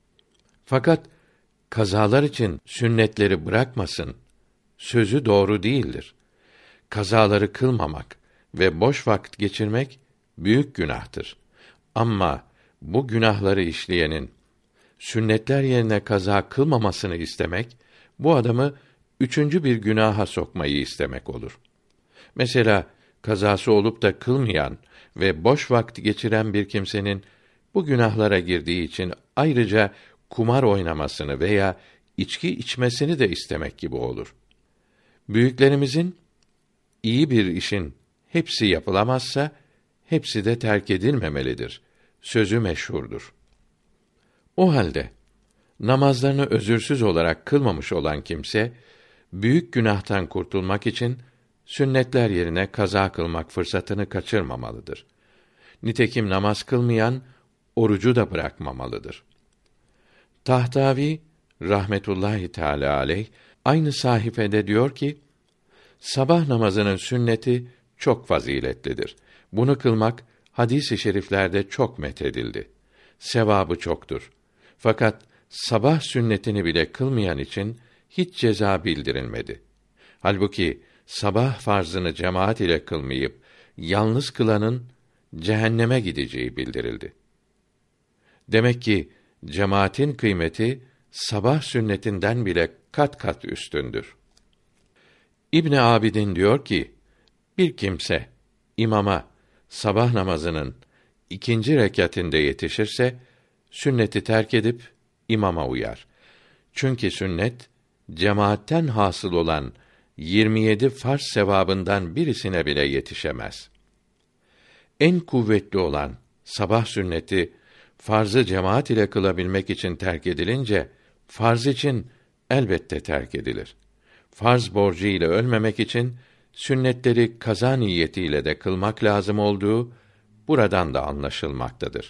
Fakat kazalar için sünnetleri bırakmasın sözü doğru değildir. Kazaları kılmamak ve boş vakit geçirmek büyük günahtır. Ama bu günahları işleyenin sünnetler yerine kaza kılmamasını istemek bu adamı üçüncü bir günaha sokmayı istemek olur. Mesela kazası olup da kılmayan ve boş vakit geçiren bir kimsenin bu günahlara girdiği için ayrıca kumar oynamasını veya içki içmesini de istemek gibi olur. Büyüklerimizin iyi bir işin hepsi yapılamazsa hepsi de terk edilmemelidir. Sözü meşhurdur. O halde namazlarını özürsüz olarak kılmamış olan kimse büyük günahtan kurtulmak için sünnetler yerine kaza kılmak fırsatını kaçırmamalıdır. Nitekim namaz kılmayan orucu da bırakmamalıdır. Tahtavi rahmetullahi teala aleyh aynı sahifede diyor ki, sabah namazının sünneti çok faziletlidir. Bunu kılmak hadis-i şeriflerde çok methedildi. Sevabı çoktur. Fakat sabah sünnetini bile kılmayan için hiç ceza bildirilmedi. Halbuki sabah farzını cemaat ile kılmayıp yalnız kılanın cehenneme gideceği bildirildi. Demek ki cemaatin kıymeti sabah sünnetinden bile kat kat üstündür. İbn Abidin diyor ki, bir kimse imama sabah namazının ikinci rekatinde yetişirse sünneti terk edip imama uyar. Çünkü sünnet cemaatten hasıl olan yirmi yedi farz sevabından birisine bile yetişemez. En kuvvetli olan sabah sünneti farzı cemaat ile kılabilmek için terk edilince farz için elbette terk edilir. Farz borcu ile ölmemek için sünnetleri kaza niyetiyle de kılmak lazım olduğu buradan da anlaşılmaktadır.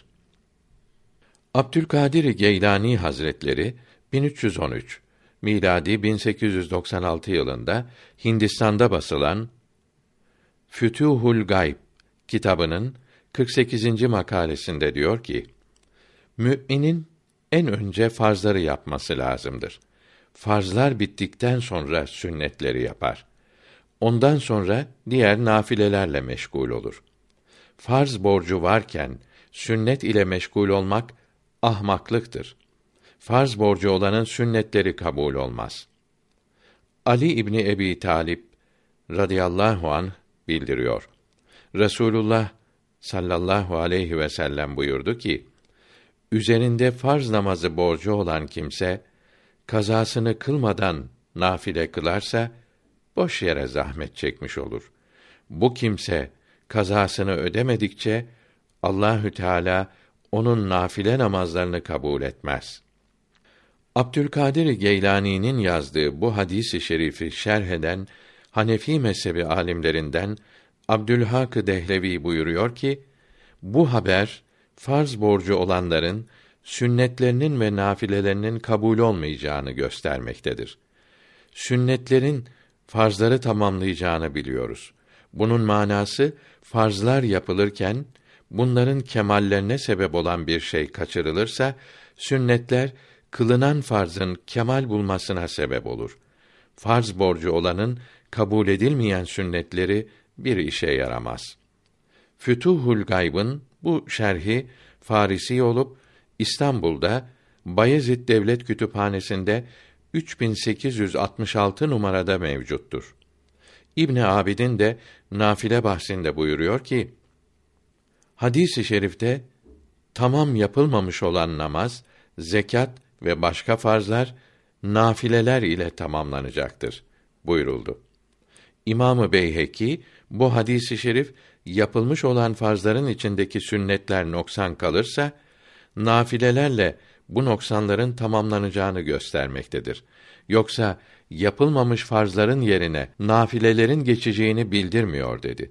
Abdülkadir Geylani Hazretleri bin üç yüz on üç miladi bin sekiz yüz doksan altı yılında Hindistan'da basılan Fütuhul Gayb kitabının kırk sekizinci makalesinde diyor ki, müminin en önce farzları yapması lazımdır. Farzlar bittikten sonra sünnetleri yapar. Ondan sonra diğer nafilelerle meşgul olur. Farz borcu varken sünnet ile meşgul olmak ahmaklıktır. Farz borcu olanın sünnetleri kabul olmaz. Ali İbni Ebi Talip radıyallahu anh bildiriyor. Resulullah sallallahu aleyhi ve sellem buyurdu ki, üzerinde farz namazı borcu olan kimse kazasını kılmadan nafile kılarsa boş yere zahmet çekmiş olur. Bu kimse kazasını ödemedikçe Allahü Teala onun nafile namazlarını kabul etmez. Abdülkadir Geylani'nin yazdığı bu hadisi şerifi şerh eden Hanefi mezhebi alimlerinden Abdülhak Dehlevi buyuruyor ki, bu haber farz borcu olanların sünnetlerinin ve nafilelerinin kabul olmayacağını göstermektedir. Sünnetlerin farzları tamamlayacağını biliyoruz. Bunun manası farzlar yapılırken bunların kemallerine sebep olan bir şey kaçırılırsa sünnetler kılınan farzın kemal bulmasına sebep olur. Farz borcu olanın kabul edilmeyen sünnetleri bir işe yaramaz. Fütuhul Gayb'ın bu şerhi Farisi olup İstanbul'da Bayezid Devlet Kütüphanesi'nde üç bin sekiz yüz altmış altı numarada mevcuttur. İbn Abidin de nafile bahsinde buyuruyor ki, hadis-i şerifte tamam yapılmamış olan namaz, zekat ve başka farzlar nafileler ile tamamlanacaktır buyuruldu. İmam-ı Beyheki bu hadis-i şerif yapılmış olan farzların içindeki sünnetler noksan kalırsa nafilelerle bu noksanların tamamlanacağını göstermektedir. Yoksa yapılmamış farzların yerine nafilelerin geçeceğini bildirmiyor dedi.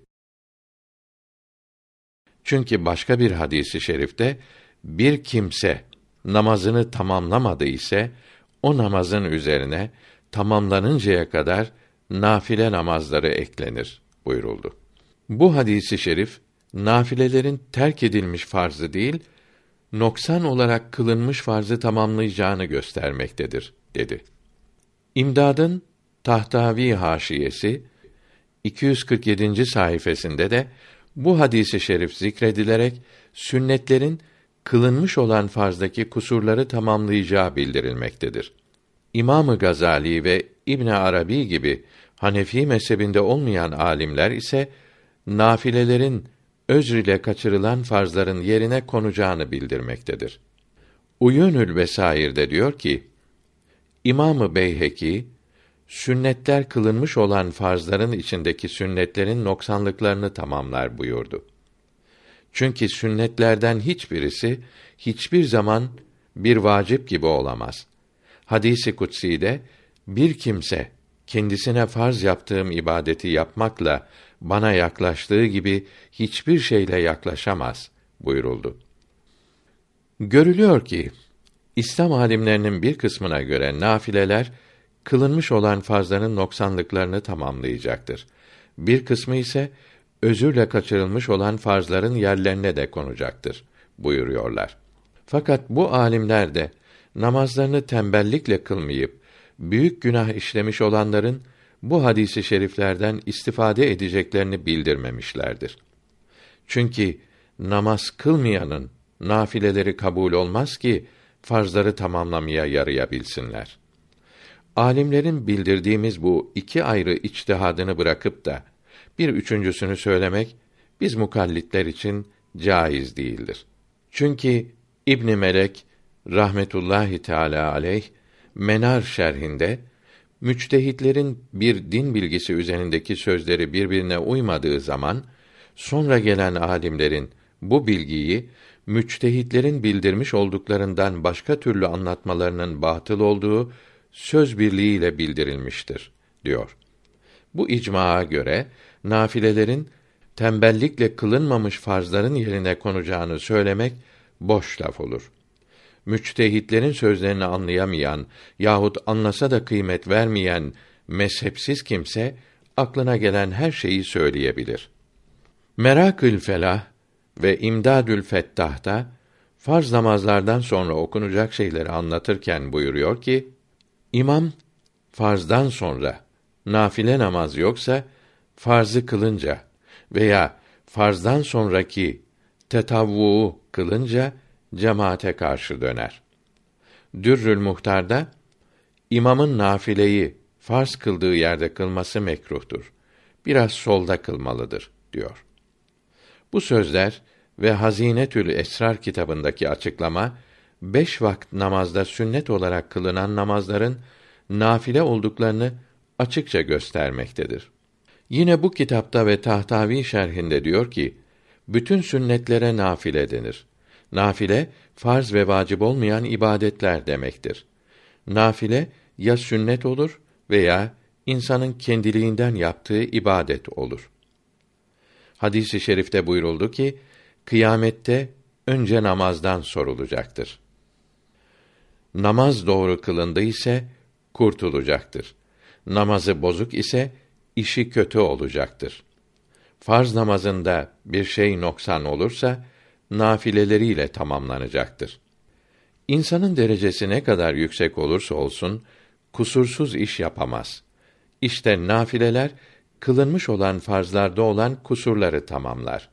Çünkü başka bir hadisi şerifte bir kimse namazını tamamlamadı ise o namazın üzerine tamamlanıncaya kadar nafile namazları eklenir buyuruldu. Bu hadisi şerif nafilelerin terk edilmiş farzı değil, noksan olarak kılınmış farzı tamamlayacağını göstermektedir dedi. İmdad'ın Tahtavi haşiyesi iki yüz kırk yedinci sayfasında de bu hadisi şerif zikredilerek sünnetlerin kılınmış olan farzdaki kusurları tamamlayacağı bildirilmektedir. İmam-ı Gazali ve İbn Arabi gibi Hanefi mezhebinde olmayan alimler ise nafilelerin özr ile kaçırılan farzların yerine konacağını bildirmektedir. Uyûnül Besair'de diyor ki, İmam-ı Beyheki sünnetler kılınmış olan farzların içindeki sünnetlerin noksanlıklarını tamamlar buyurdu. Çünkü sünnetlerden hiçbirisi hiçbir zaman bir vacip gibi olamaz. Hadis-i kutsi'de bir kimse kendisine farz yaptığım ibadeti yapmakla bana yaklaştığı gibi hiçbir şeyle yaklaşamaz buyuruldu. Görülüyor ki İslam alimlerinin bir kısmına göre nafileler kılınmış olan farzların noksanlıklarını tamamlayacaktır. Bir kısmı ise özürle kaçırılmış olan farzların yerlerine de konacaktır buyuruyorlar. Fakat bu alimler de namazlarını tembellikle kılmayıp büyük günah işlemiş olanların bu hadisi şeriflerden istifade edeceklerini bildirmemişlerdir. Çünkü namaz kılmayanın nafileleri kabul olmaz ki farzları tamamlamaya yarayabilsinler. Alimlerin bildirdiğimiz bu iki ayrı içtihadını bırakıp da bir üçüncüsünü söylemek biz mukallitler için caiz değildir. Çünkü İbn Melek rahmetullahi teala aleyh Menar şerhinde müçtehitlerin bir din bilgisi üzerindeki sözleri birbirine uymadığı zaman sonra gelen alimlerin bu bilgiyi müçtehitlerin bildirmiş olduklarından başka türlü anlatmalarının batıl olduğu söz birliğiyle bildirilmiştir diyor. Bu icmaa göre nafilelerin tembellikle kılınmamış farzların yerine konacağını söylemek boş laf olur. Müçtehitlerin sözlerini anlayamayan yahut anlasa da kıymet vermeyen mezhepsiz kimse aklına gelen her şeyi söyleyebilir. Merakül Felah ve İmdadül Fettah'ta farz namazlardan sonra okunacak şeyleri anlatırken buyuruyor ki, İmam farzdan sonra nafile namaz yoksa farzı kılınca veya farzdan sonraki tetavvuu kılınca cemaate karşı döner. Dürrül Muhtar'da imamın nafileyi farz kıldığı yerde kılması mekruhtur. Biraz solda kılmalıdır diyor. Bu sözler ve Hazinetül Esrar kitabındaki açıklama beş vakit namazda sünnet olarak kılınan namazların nafile olduklarını açıkça göstermektedir. Yine bu kitapta ve Tahtavi şerhinde diyor ki, bütün sünnetlere nafile denir. Nafile, farz ve vacip olmayan ibadetler demektir. Nafile, ya sünnet olur veya insanın kendiliğinden yaptığı ibadet olur. Hadis-i şerifte buyuruldu ki, kıyamette önce namazdan sorulacaktır. Namaz doğru kılındı ise kurtulacaktır. Namazı bozuk ise işi kötü olacaktır. Farz namazında bir şey noksan olursa nafileleriyle tamamlanacaktır. İnsanın derecesi ne kadar yüksek olursa olsun kusursuz iş yapamaz. İşte nafileler kılınmış olan farzlarda olan kusurları tamamlar.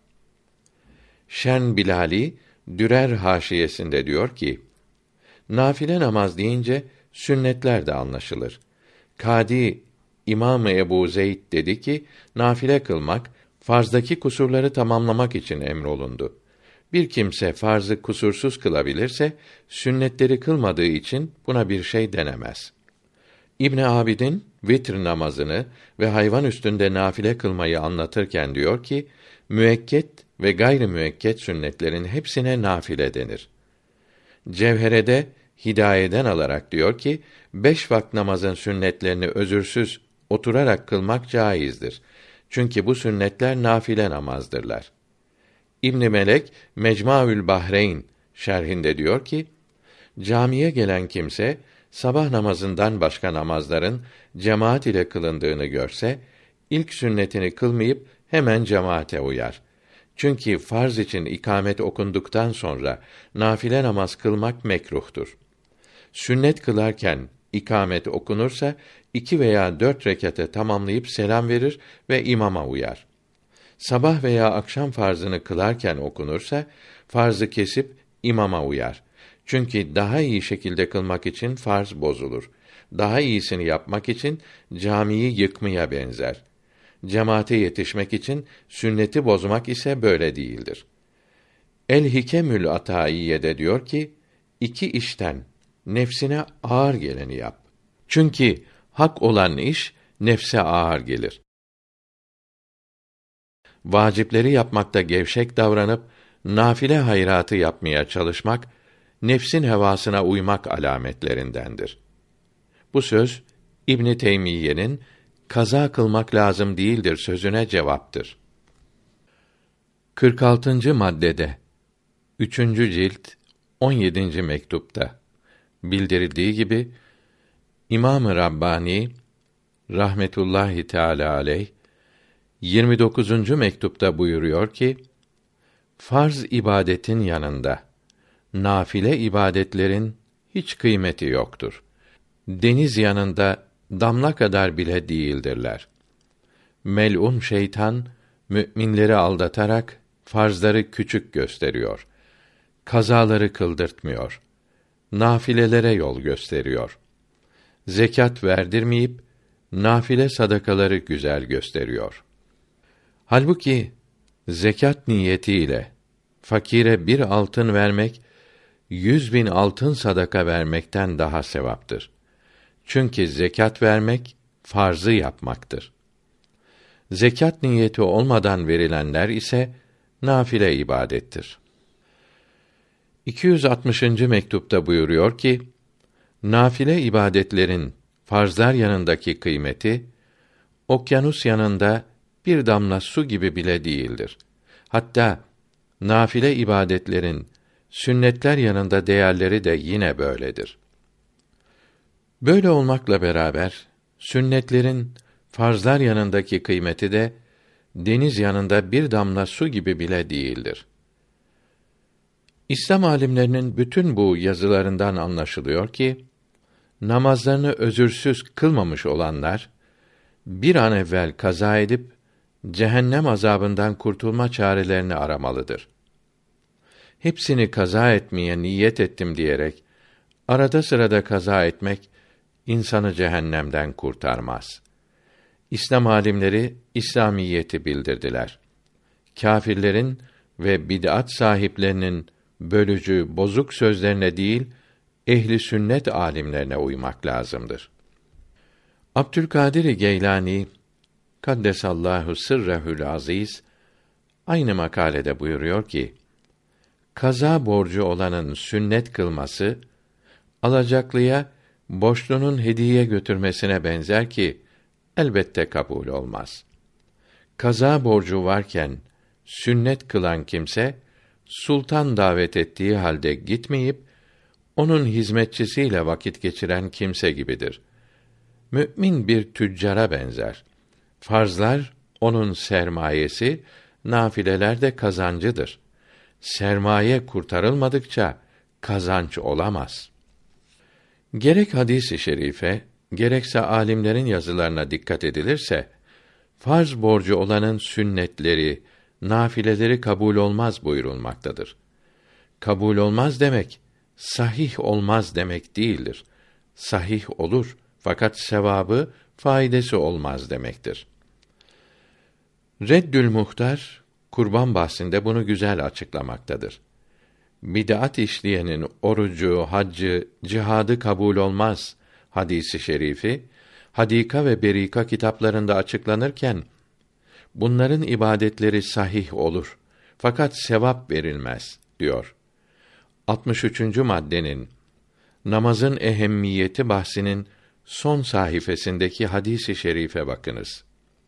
Şen Bilali Dürer haşiyesinde diyor ki, nafile namaz deyince sünnetler de anlaşılır. Kadi İmam Ebu Zeyd dedi ki, nafile kılmak farzdaki kusurları tamamlamak için emrolundu. Bir kimse farzı kusursuz kılabilirse sünnetleri kılmadığı için buna bir şey denemez. İbn Abidin vitr namazını ve hayvan üstünde nafile kılmayı anlatırken diyor ki, müekket ve gayri müekket sünnetlerin hepsine nafile denir. Cevherede Hidayeden alarak diyor ki, beş vakit namazın sünnetlerini özürsüz oturarak kılmak caizdir. Çünkü bu sünnetler nafile namazdırlar. İbn Melek Mecmuaül Bahreyn şerhinde diyor ki, camiye gelen kimse sabah namazından başka namazların cemaat ile kılındığını görse, ilk sünnetini kılmayıp hemen cemaate uyar. Çünkü farz için ikamet okunduktan sonra nafile namaz kılmak mekruhtur. Sünnet kılarken ikamet okunursa iki veya dört rekate tamamlayıp selam verir ve imama uyar. Sabah veya akşam farzını kılarken okunursa farzı kesip imama uyar. Çünkü daha iyi şekilde kılmak için farz bozulur. Daha iyisini yapmak için camiyi yıkmaya benzer. Cemaate yetişmek için sünneti bozmak ise böyle değildir. El-Hikemül Ataiye'de diyor ki, iki işten nefsine ağır geleni yap. Çünkü hak olan iş nefse ağır gelir. Vacipleri yapmakta gevşek davranıp nafile hayratı yapmaya çalışmak nefsin hevasına uymak alametlerindendir. Bu söz İbn Teymiyye'nin kaza kılmak lazım değildir sözüne cevaptır. kırk altıncı maddede üçüncü cilt on yedinci mektupta bildirildiği gibi İmam-ı Rabbani rahmetullahi teâlâ aleyh yirmi dokuzuncu mektupta buyuruyor ki, farz ibadetin yanında nafile ibadetlerin hiç kıymeti yoktur. Deniz yanında damla kadar bile değildirler. Mel'un şeytan müminleri aldatarak farzları küçük gösteriyor. Kazaları kıldırtmıyor. Nafilelere yol gösteriyor. Zekat verdirmeyip nafile sadakaları güzel gösteriyor. Halbuki zekat niyetiyle fakire bir altın vermek, yüz bin altın sadaka vermekten daha sevaptır. Çünkü zekat vermek, farzı yapmaktır. Zekat niyeti olmadan verilenler ise, nafile ibadettir. iki yüz altmışıncı mektupta buyuruyor ki, nafile ibadetlerin farzlar yanındaki kıymeti, okyanus yanında bir damla su gibi bile değildir. Hatta nafile ibadetlerin sünnetler yanında değerleri de yine böyledir. Böyle olmakla beraber sünnetlerin farzlar yanındaki kıymeti de deniz yanında bir damla su gibi bile değildir. İslam alimlerinin bütün bu yazılarından anlaşılıyor ki, namazlarını özürsüz kılmamış olanlar, bir an evvel kaza edip, cehennem azabından kurtulma çarelerini aramalıdır. Hepsini kaza etmeye niyet ettim diyerek, arada sırada kaza etmek, insanı cehennemden kurtarmaz. İslam alimleri, İslamiyeti bildirdiler. Kâfirlerin ve bid'at sahiplerinin bölücü, bozuk sözlerine değil, ehli sünnet alimlerine uymak lazımdır. Abdülkadir Geylani Kaddesallahu sırrehül aziz aynı makalede buyuruyor ki, kaza borcu olanın sünnet kılması, alacaklıya borçlunun hediye götürmesine benzer ki, elbette kabul olmaz. Kaza borcu varken, sünnet kılan kimse, sultan davet ettiği halde gitmeyip, onun hizmetçisiyle vakit geçiren kimse gibidir. Mü'min bir tüccara benzer. Farzlar, onun sermayesi, nafileler de kazancıdır. Sermaye kurtarılmadıkça, kazanç olamaz. Gerek hadis-i şerife, gerekse alimlerin yazılarına dikkat edilirse, farz borcu olanın sünnetleri, nafileleri kabul olmaz buyurulmaktadır. Kabul olmaz demek, sahih olmaz demek değildir. Sahih olur, fakat sevabı, faydası olmaz demektir. Reddül Muhtar, kurban bahsinde bunu güzel açıklamaktadır. Bid'at işleyenin orucu, haccı, cihadı kabul olmaz hadisi şerifi, Hadika ve Berika kitaplarında açıklanırken, bunların ibadetleri sahih olur, fakat sevap verilmez, diyor. altmış üçüncü maddenin, namazın ehemmiyeti bahsinin son sayfasındaki hadisi şerife bakınız.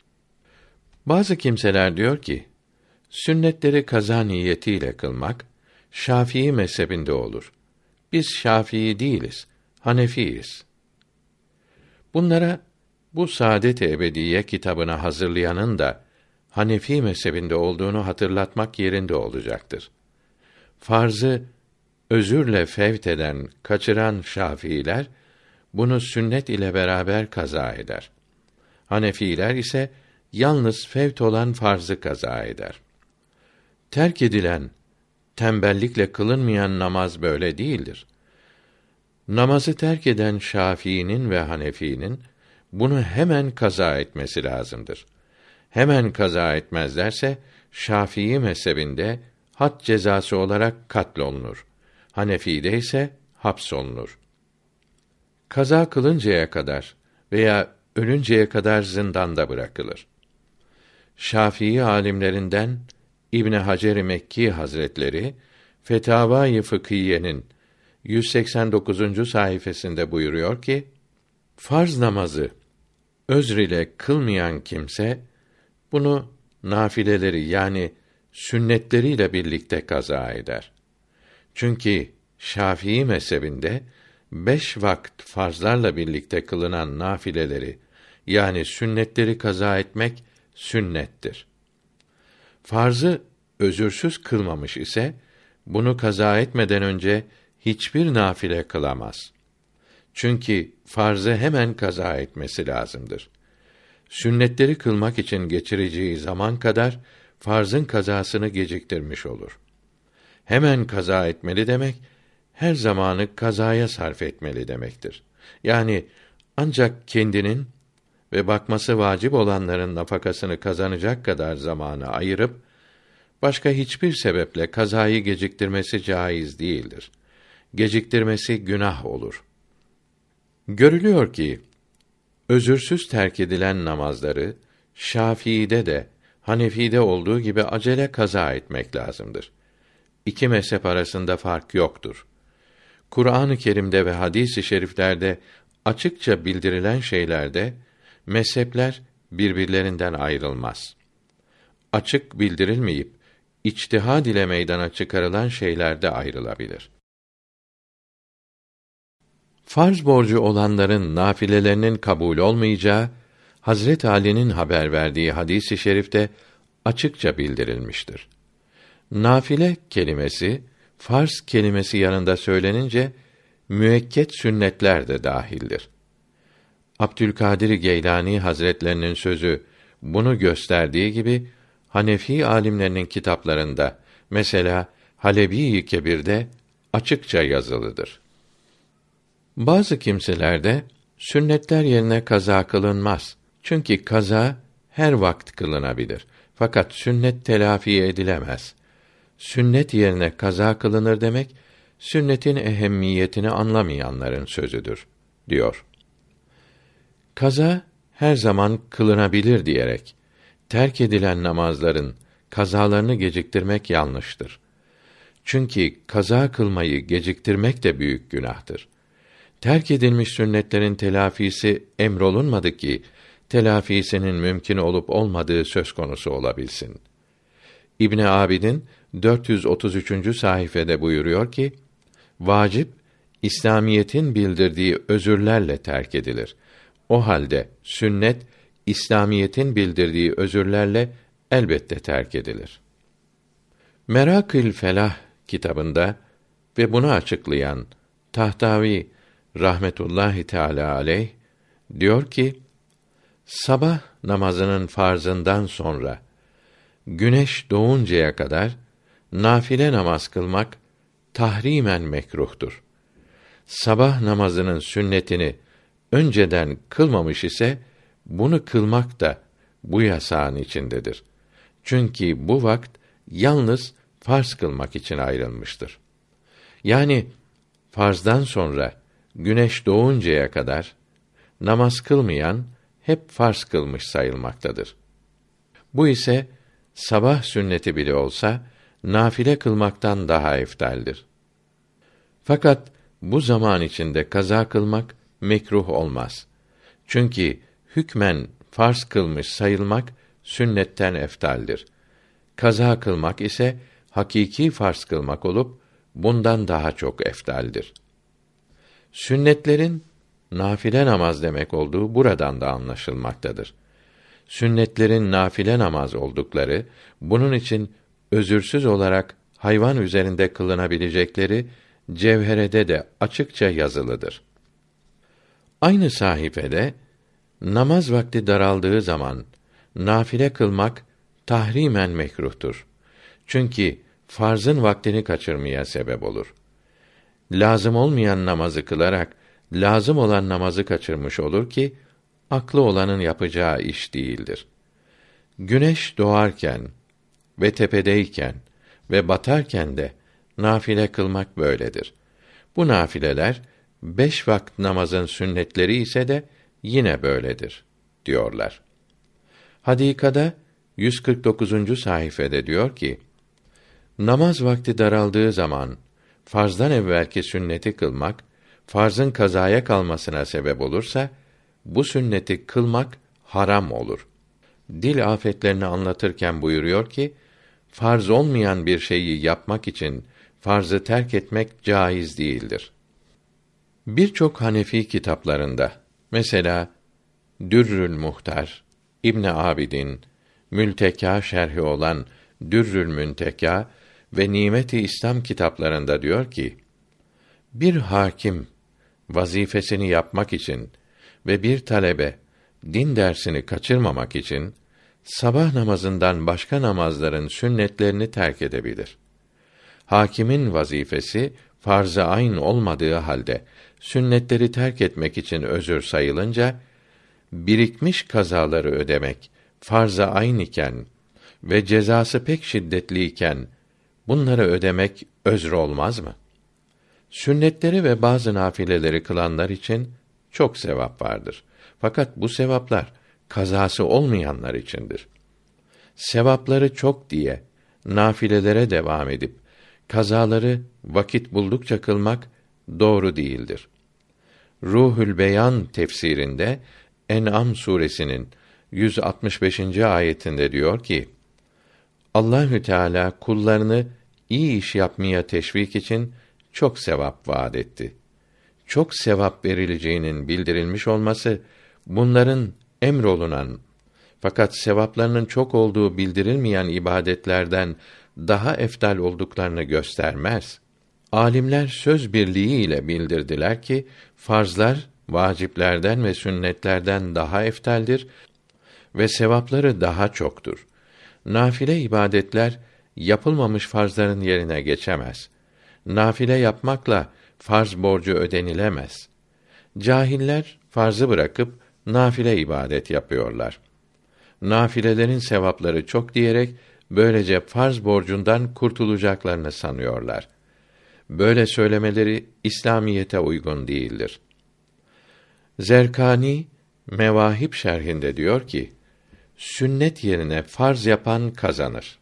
Bazı kimseler diyor ki, sünnetleri kaza niyetiyle kılmak, Şafii mezhebinde olur. Biz Şafii değiliz, Hanefiyiz. Bunlara, bu Saadet-i Ebediye kitabını hazırlayanın da, Hanefi mezhebinde olduğunu hatırlatmak yerinde olacaktır. Farzı, özürle fevt eden, kaçıran Şafiiler, bunu sünnet ile beraber kaza eder. Hanefiler ise, yalnız fevt olan farzı kaza eder. Terk edilen, tembellikle kılınmayan namaz böyle değildir. Namazı terk eden Şafii'nin ve Hanefi'nin, bunu hemen kaza etmesi lazımdır. Hemen kaza etmezlerse, Şafii mezhebinde, had cezası olarak katlolunur. Hanefi'de ise, hapsolunur. Kaza kılıncaya kadar veya ölünceye kadar zindanda bırakılır. Şafii alimlerinden İbn Hacer-i Mekki Hazretleri Fetavâ-i Fıkhiye'nin yüz seksen dokuzuncu sayfasında buyuruyor ki, farz namazı özr ile kılmayan kimse bunu nafileleri yani sünnetleriyle birlikte kaza eder. Çünkü Şafii mezhebinde beş vakit farzlarla birlikte kılınan nafileleri, yani sünnetleri kaza etmek sünnettir. Farzı özürsüz kılmamış ise, bunu kaza etmeden önce hiçbir nafile kılamaz. Çünkü farzı hemen kaza etmesi lazımdır. Sünnetleri kılmak için geçireceği zaman kadar, farzın kazasını geciktirmiş olur. Hemen kaza etmeli demek, her zamanı kazaya sarf etmeli demektir. Yani ancak kendinin ve bakması vacip olanların nafakasını kazanacak kadar zamanı ayırıp, başka hiçbir sebeple kazayı geciktirmesi caiz değildir. Geciktirmesi günah olur. Görülüyor ki, özürsüz terk edilen namazları, Şafii'de de, Hanefi'de olduğu gibi acele kaza etmek lazımdır. İki mezhep arasında fark yoktur. Kur'an-ı Kerim'de ve hadis-i şeriflerde açıkça bildirilen şeylerde, mezhepler birbirlerinden ayrılmaz. Açık bildirilmeyip, içtihad ile meydana çıkarılan şeylerde ayrılabilir. Farz borcu olanların nafilelerinin kabul olmayacağı, Hazret Ali'nin haber verdiği hadis-i şerifte açıkça bildirilmiştir. Nafile kelimesi, farz kelimesi yanında söylenince, müekket sünnetler de dahildir. Abdülkadir Geylani Hazretlerinin sözü bunu gösterdiği gibi, Hanefi alimlerinin kitaplarında, mesela Halebi-i Kebir'de açıkça yazılıdır. Bazı kimselerde sünnetler yerine kaza kılınmaz. Çünkü kaza her vakit kılınabilir. Fakat sünnet telafi edilemez. Sünnet yerine kaza kılınır demek, sünnetin ehemmiyetini anlamayanların sözüdür, diyor. Kaza her zaman kılınabilir diyerek, terk edilen namazların kazalarını geciktirmek yanlıştır. Çünkü kaza kılmayı geciktirmek de büyük günahtır. Terk edilmiş sünnetlerin telafisi emrolunmadı ki, telafisinin mümkün olup olmadığı söz konusu olabilsin. İbn Abidin dört yüz otuz üçüncü sayfede buyuruyor ki, vacip İslamiyetin bildirdiği özürlerle terk edilir. O halde sünnet İslamiyetin bildirdiği özürlerle elbette terk edilir. Merakül Felah kitabında ve bunu açıklayan Tahtavi rahmetullahi teala aleyh diyor ki, sabah namazının farzından sonra güneş doğuncaya kadar nafile namaz kılmak tahrimen mekruhtur. Sabah namazının sünnetini önceden kılmamış ise bunu kılmak da bu yasağın içindedir. Çünkü bu vakt yalnız farz kılmak için ayrılmıştır. Yani farzdan sonra güneş doğuncaya kadar namaz kılmayan hep farz kılmış sayılmaktadır. Bu ise sabah sünneti bile olsa nafile kılmaktan daha eftaldir. Fakat bu zaman içinde kaza kılmak mekruh olmaz. Çünkü hükmen farz kılmış sayılmak sünnetten eftaldir. Kaza kılmak ise hakiki farz kılmak olup bundan daha çok eftaldir. Sünnetlerin nafile namaz demek olduğu buradan da anlaşılmaktadır. Sünnetlerin nafile namaz oldukları, bunun için özürsüz olarak hayvan üzerinde kılınabilecekleri Cevherede de açıkça yazılıdır. Aynı sayfede namaz vakti daraldığı zaman nafile kılmak tahrimen mekruhtur. Çünkü farzın vaktini kaçırmaya sebep olur. Lazım olmayan namazı kılarak lazım olan namazı kaçırmış olur ki aklı olanın yapacağı iş değildir. Güneş doğarken ve tepedeyken ve batarken de nafile kılmak böyledir. Bu nafileler beş vakit namazın sünnetleri ise de yine böyledir diyorlar. Hadikada yüz kırk dokuzuncu sayfede diyor ki, namaz vakti daraldığı zaman farzdan evvelki sünneti kılmak, farzın kazaya kalmasına sebep olursa, bu sünneti kılmak haram olur. Dil afetlerini anlatırken buyuruyor ki, farz olmayan bir şeyi yapmak için farzı terk etmek caiz değildir. Birçok Hanefi kitaplarında, mesela Dürrül Muhtar, İbn Abidin, Mülteka şerhi olan Dürrül Münteka ve Nimet-i İslam kitaplarında diyor ki, bir hakim vazifesini yapmak için ve bir talebe din dersini kaçırmamak için sabah namazından başka namazların sünnetlerini terk edebilir. Hakimin vazifesi farz-ı ayn olmadığı halde sünnetleri terk etmek için özür sayılınca, birikmiş kazaları ödemek farz-ı ayn iken ve cezası pek şiddetliyken bunları ödemek özür olmaz mı? Sünnetleri ve bazı nafileleri kılanlar için çok sevap vardır. Fakat bu sevaplar kazası olmayanlar içindir. Sevapları çok diye nafilelere devam edip kazaları vakit buldukça kılmak doğru değildir. Ruhül Beyan tefsirinde En'am suresinin yüz altmış beşinci ayetinde diyor ki: Allahü Teala kullarını iyi iş yapmaya teşvik için çok sevap vaad etti. Çok sevap verileceğinin bildirilmiş olması, bunların emrolunan fakat sevaplarının çok olduğu bildirilmeyen ibadetlerden daha eftal olduklarını göstermez. Âlimler söz birliği ile bildirdiler ki, farzlar vaciplerden ve sünnetlerden daha eftaldir ve sevapları daha çoktur. Nafile ibadetler yapılmamış farzların yerine geçemez. Nafile yapmakla farz borcu ödenilemez. Cahiller farzı bırakıp nafile ibadet yapıyorlar. Nafilelerin sevapları çok diyerek böylece farz borcundan kurtulacaklarını sanıyorlar. Böyle söylemeleri İslamiyete uygun değildir. Zerkani Mevahib şerhinde diyor ki, sünnet yerine farz yapan kazanır.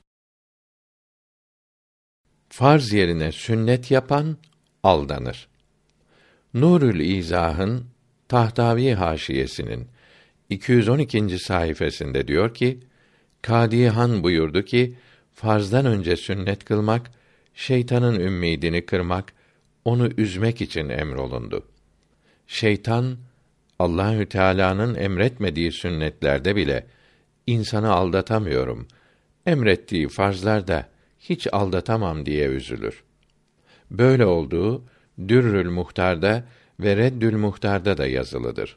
Farz yerine sünnet yapan aldanır. Nurül İzah'ın Tahtavi haşiyesinin iki yüz on ikinci sayfasında diyor ki, Kâdihan buyurdu ki, farzdan önce sünnet kılmak, şeytanın ümmidini kırmak, onu üzmek için emrolundu. Şeytan, Allahü Teala'nın emretmediği sünnetlerde bile insanı aldatamıyorum, emrettiği farzlarda hiç aldatamam diye üzülür. Böyle olduğu Dürrül Muhtar'da ve Reddül Muhtar'da da yazılıdır.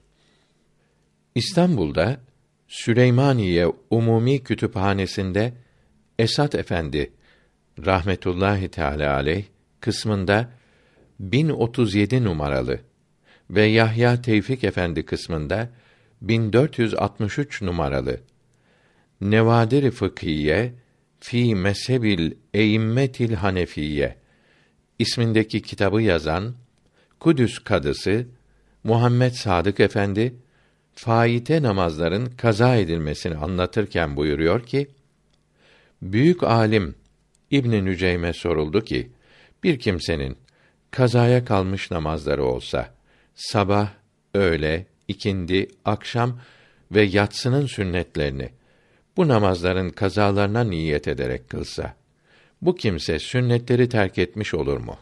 İstanbul'da Süleymaniye Umumi Kütüphanesi'nde Esat Efendi rahmetullahi teâlâ aleyh kısmında bin otuz yedi numaralı ve Yahya Tevfik Efendi kısmında bin dört yüz altmış üç numaralı Nevadir-i Fıkhiye fi Mezhebil Eimmetil Hanefiye ismindeki kitabı yazan Kudüs Kadısı Muhammed Sadık Efendi, faite namazların kaza edilmesini anlatırken buyuruyor ki, büyük alim İbn Nüceym'e soruldu ki, bir kimsenin kazaya kalmış namazları olsa, sabah, öğle, ikindi, akşam ve yatsının sünnetlerini bu namazların kazalarına niyet ederek kılsa, bu kimse sünnetleri terk etmiş olur mu?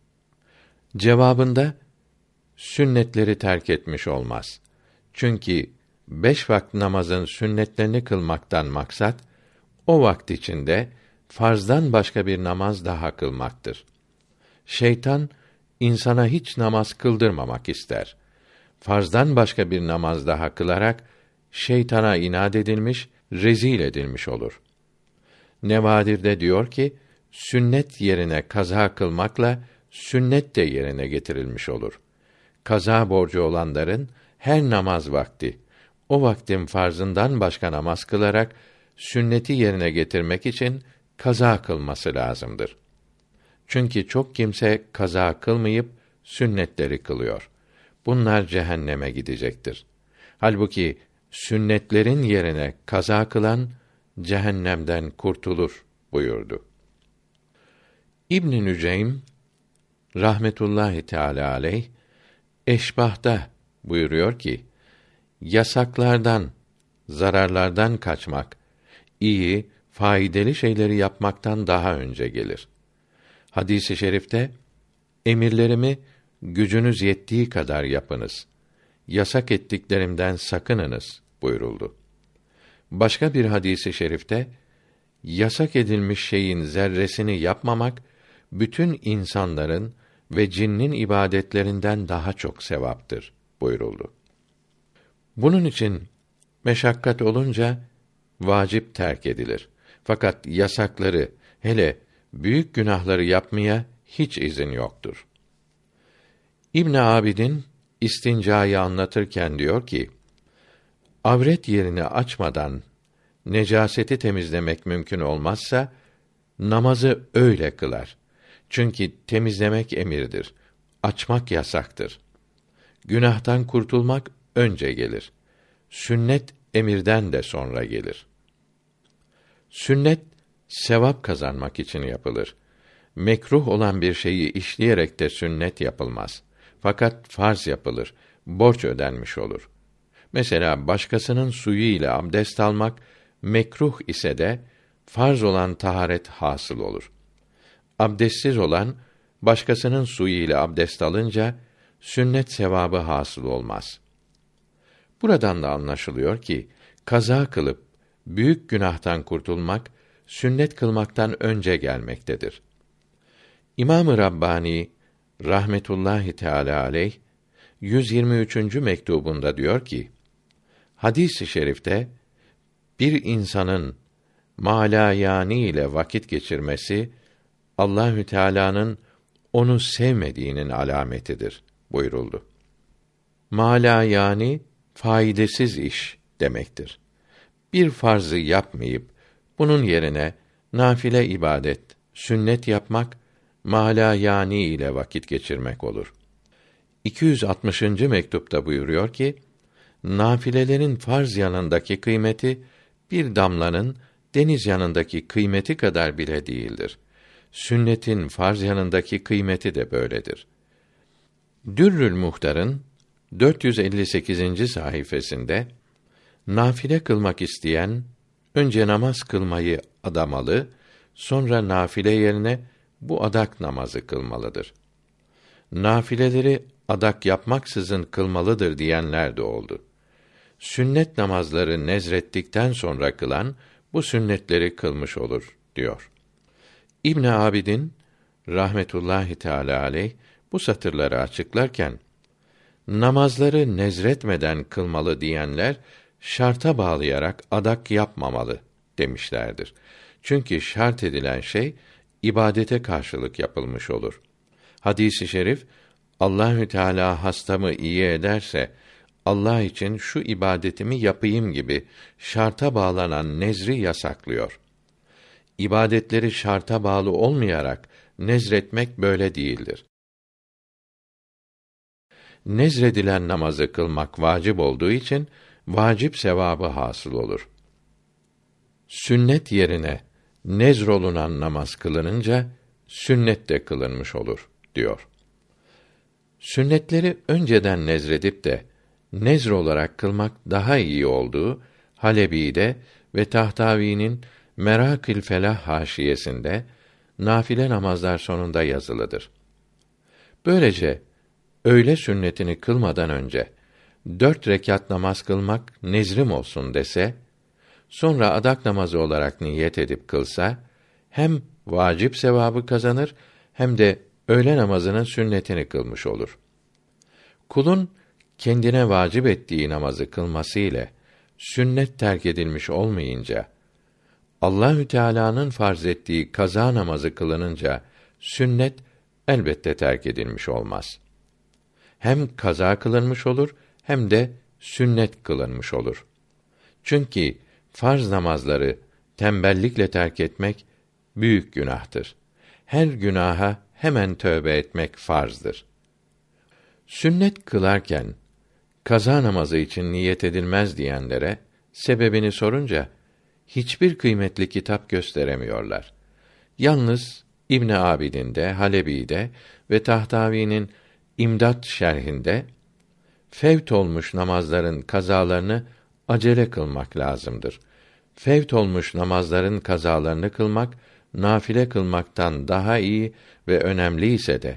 Cevabında, sünnetleri terk etmiş olmaz. Çünkü beş vakit namazın sünnetlerini kılmaktan maksat, o vakit içinde farzdan başka bir namaz daha kılmaktır. Şeytan, insana hiç namaz kıldırmamak ister. Farzdan başka bir namaz daha kılarak, şeytana inat edilmiş, rezil edilmiş olur. Nevadir'de diyor ki, sünnet yerine kaza kılmakla, sünnet de yerine getirilmiş olur. Kaza borcu olanların, her namaz vakti, o vaktin farzından başka namaz kılarak, sünneti yerine getirmek için, kaza kılması lazımdır. Çünkü çok kimse kaza kılmayıp, sünnetleri kılıyor. Bunlar cehenneme gidecektir. Halbuki, sünnetlerin yerine kaza kılan, cehennemden kurtulur buyurdu. İbn-i Nüceym, rahmetullahi teâlâ aleyh, Eşbah'ta buyuruyor ki, yasaklardan, zararlardan kaçmak, iyi, faydalı şeyleri yapmaktan daha önce gelir. Hadis-i şerifte, emirlerimi gücünüz yettiği kadar yapınız. Yasak ettiklerimden sakınınız buyuruldu. Başka bir hadisi şerifte, yasak edilmiş şeyin zerresini yapmamak, bütün insanların ve cinnin ibadetlerinden daha çok sevaptır buyuruldu. Bunun için meşakkat olunca vacip terk edilir. Fakat yasakları, hele büyük günahları yapmaya hiç izin yoktur. İbn Abidin istincayı anlatırken diyor ki: avret yerini açmadan necaseti temizlemek mümkün olmazsa namazı öyle kılar. Çünkü temizlemek emirdir, açmak yasaktır. Günahtan kurtulmak önce gelir. Sünnet emirden de sonra gelir. Sünnet sevap kazanmak için yapılır. Mekruh olan bir şeyi işleyerek de sünnet yapılmaz. Fakat farz yapılır, borç ödenmiş olur. Mesela başkasının suyu ile abdest almak mekruh ise de farz olan taharet hasıl olur. Abdestsiz olan başkasının suyu ile abdest alınca sünnet sevabı hasıl olmaz. Buradan da anlaşılıyor ki kaza kılıp büyük günahtan kurtulmak sünnet kılmaktan önce gelmektedir. İmam-ı Rabbani rahmetullahi teâlâ aleyh yüz yirmi üçüncü mektubunda diyor ki: hadis-i şerifte bir insanın malayani ile vakit geçirmesi Allahü Teala'nın onu sevmediğinin alametidir buyuruldu. Malayani faydasız iş demektir. Bir farzı yapmayıp bunun yerine nafile ibadet, sünnet yapmak malayani ile vakit geçirmek olur. iki yüz altmışıncı mektupta buyuruyor ki: nafilelerin farz yanındaki kıymeti bir damlanın deniz yanındaki kıymeti kadar bile değildir. Sünnetin farz yanındaki kıymeti de böyledir. Dürrül Muhtar'ın dört yüz elli sekizinci sayfasında nafile kılmak isteyen önce namaz kılmayı adamalı, sonra nafile yerine bu adak namazı kılmalıdır. Nafileleri adak yapmaksızın kılmalıdır diyenler de oldu. Sünnet namazları nezrettikten sonra kılan bu sünnetleri kılmış olur diyor. İbn Abidin rahmetullahi teâlâ aleyh bu satırları açıklarken namazları nezretmeden kılmalı diyenler şarta bağlayarak adak yapmamalı demişlerdir. Çünkü şart edilen şey ibadete karşılık yapılmış olur. Hadis-i şerif Allahü Teala hastamı iyi ederse Allah için şu ibadetimi yapayım gibi şarta bağlanan nezri yasaklıyor. İbadetleri şarta bağlı olmayarak nezretmek böyle değildir. Nezredilen namazı kılmak vacip olduğu için vacip sevabı hasıl olur. Sünnet yerine nezrolunan namaz kılınınca sünnet de kılınmış olur diyor. Sünnetleri önceden nezredip de nezr olarak kılmak daha iyi olduğu Halebi'de ve Tahtavi'nin Merakil Felah haşiyesinde nafile namazlar sonunda yazılıdır. Böylece öğle sünnetini kılmadan önce dört rekat namaz kılmak nezrim olsun dese, sonra adak namazı olarak niyet edip kılsa, hem vacip sevabı kazanır, hem de öğle namazının sünnetini kılmış olur. Kulun kendine vacip ettiği namazı kılması ile sünnet terk edilmiş olmayınca, Allahü Teala'nın farz ettiği kaza namazı kılınınca sünnet elbette terk edilmiş olmaz. Hem kaza kılınmış olur, hem de sünnet kılınmış olur. Çünkü farz namazları tembellikle terk etmek büyük günahtır. Her günaha hemen tövbe etmek farzdır. Sünnet kılarken kaza namazı için niyet edilmez diyenlere sebebini sorunca hiçbir kıymetli kitap gösteremiyorlar. Yalnız İbn Abidin'de, Halebi'de ve Tahtavi'nin İmdat şerhinde fevt olmuş namazların kazalarını acele kılmak lazımdır. Fevt olmuş namazların kazalarını kılmak nafile kılmaktan daha iyi ve önemli ise de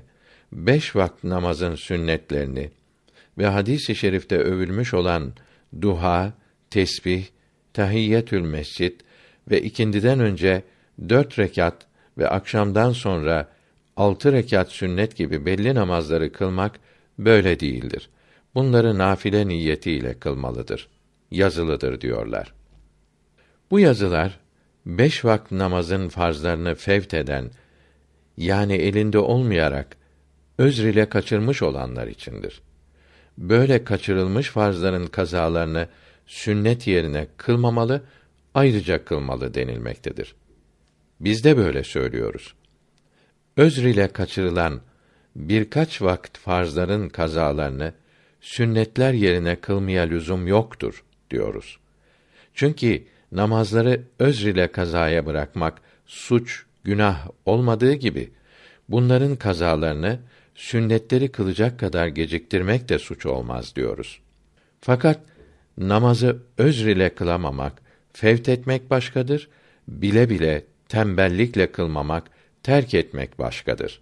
beş vakit namazın sünnetlerini ve hadis-i şerifte övülmüş olan duha, tesbih, tahiyyetül mescid ve ikindiden önce dört rekat ve akşamdan sonra altı rekat sünnet gibi belli namazları kılmak böyle değildir. Bunları nafile niyetiyle kılmalıdır. Yazılıdır diyorlar. Bu yazılar beş vakit namazın farzlarını fevt eden, yani elinde olmayarak özr ile kaçırmış olanlar içindir. Böyle kaçırılmış farzların kazalarını sünnet yerine kılmamalı, ayrıca kılmalı denilmektedir. Biz de böyle söylüyoruz. Özr ile kaçırılan birkaç vakit farzların kazalarını sünnetler yerine kılmaya lüzum yoktur diyoruz. Çünkü namazları özr ile kazaya bırakmak suç, günah olmadığı gibi bunların kazalarını sünnetleri kılacak kadar geciktirmek de suç olmaz diyoruz. Fakat namazı özr ile kılamamak, fevt etmek başkadır, bile bile tembellikle kılmamak, terk etmek başkadır.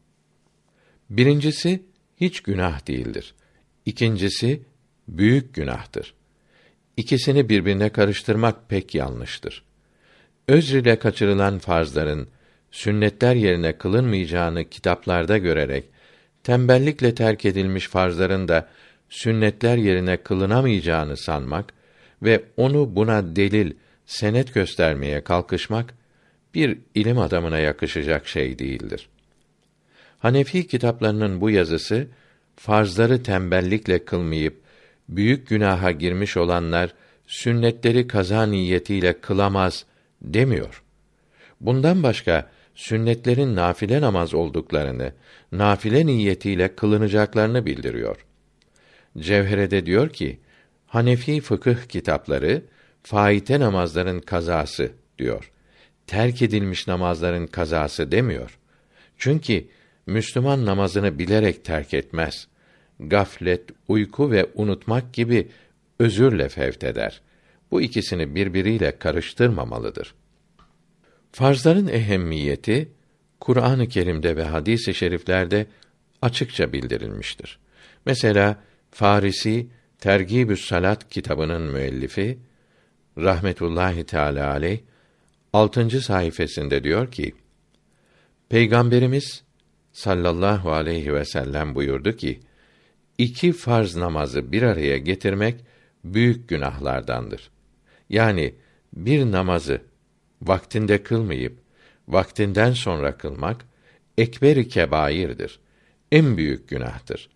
Birincisi hiç günah değildir. İkincisi büyük günahtır. İkisini birbirine karıştırmak pek yanlıştır. Özr ile kaçırılan farzların sünnetler yerine kılınmayacağını kitaplarda görerek tembellikle terk edilmiş farzların da sünnetler yerine kılınamayacağını sanmak ve onu buna delil, senet göstermeye kalkışmak bir ilim adamına yakışacak şey değildir. Hanefi kitaplarının bu yazısı farzları tembellikle kılmayıp büyük günaha girmiş olanlar sünnetleri kaza niyetiyle kılamaz demiyor. Bundan başka sünnetlerin nafile namaz olduklarını, nafile niyetiyle kılınacaklarını bildiriyor. Cevhere'de diyor ki, Hanefi fıkıh kitapları faite namazların kazası diyor. Terk edilmiş namazların kazası demiyor. Çünkü Müslüman namazını bilerek terk etmez. Gaflet, uyku ve unutmak gibi özürle fevt eder. Bu ikisini birbiriyle karıştırmamalıdır. Farzların ehemmiyeti Kur'an-ı Kerim'de ve hadis-i şeriflerde açıkça bildirilmiştir. Mesela Farisi Tergibü's Salat kitabının müellifi rahmetullahi teala aleyh altıncı sayfasında diyor ki: Peygamberimiz sallallahu aleyhi ve sellem buyurdu ki: İki farz namazı bir araya getirmek büyük günahlardandır. Yani bir namazı vaktinde kılmayıp vaktinden sonra kılmak ekber-i kebairdir. En büyük günahtır.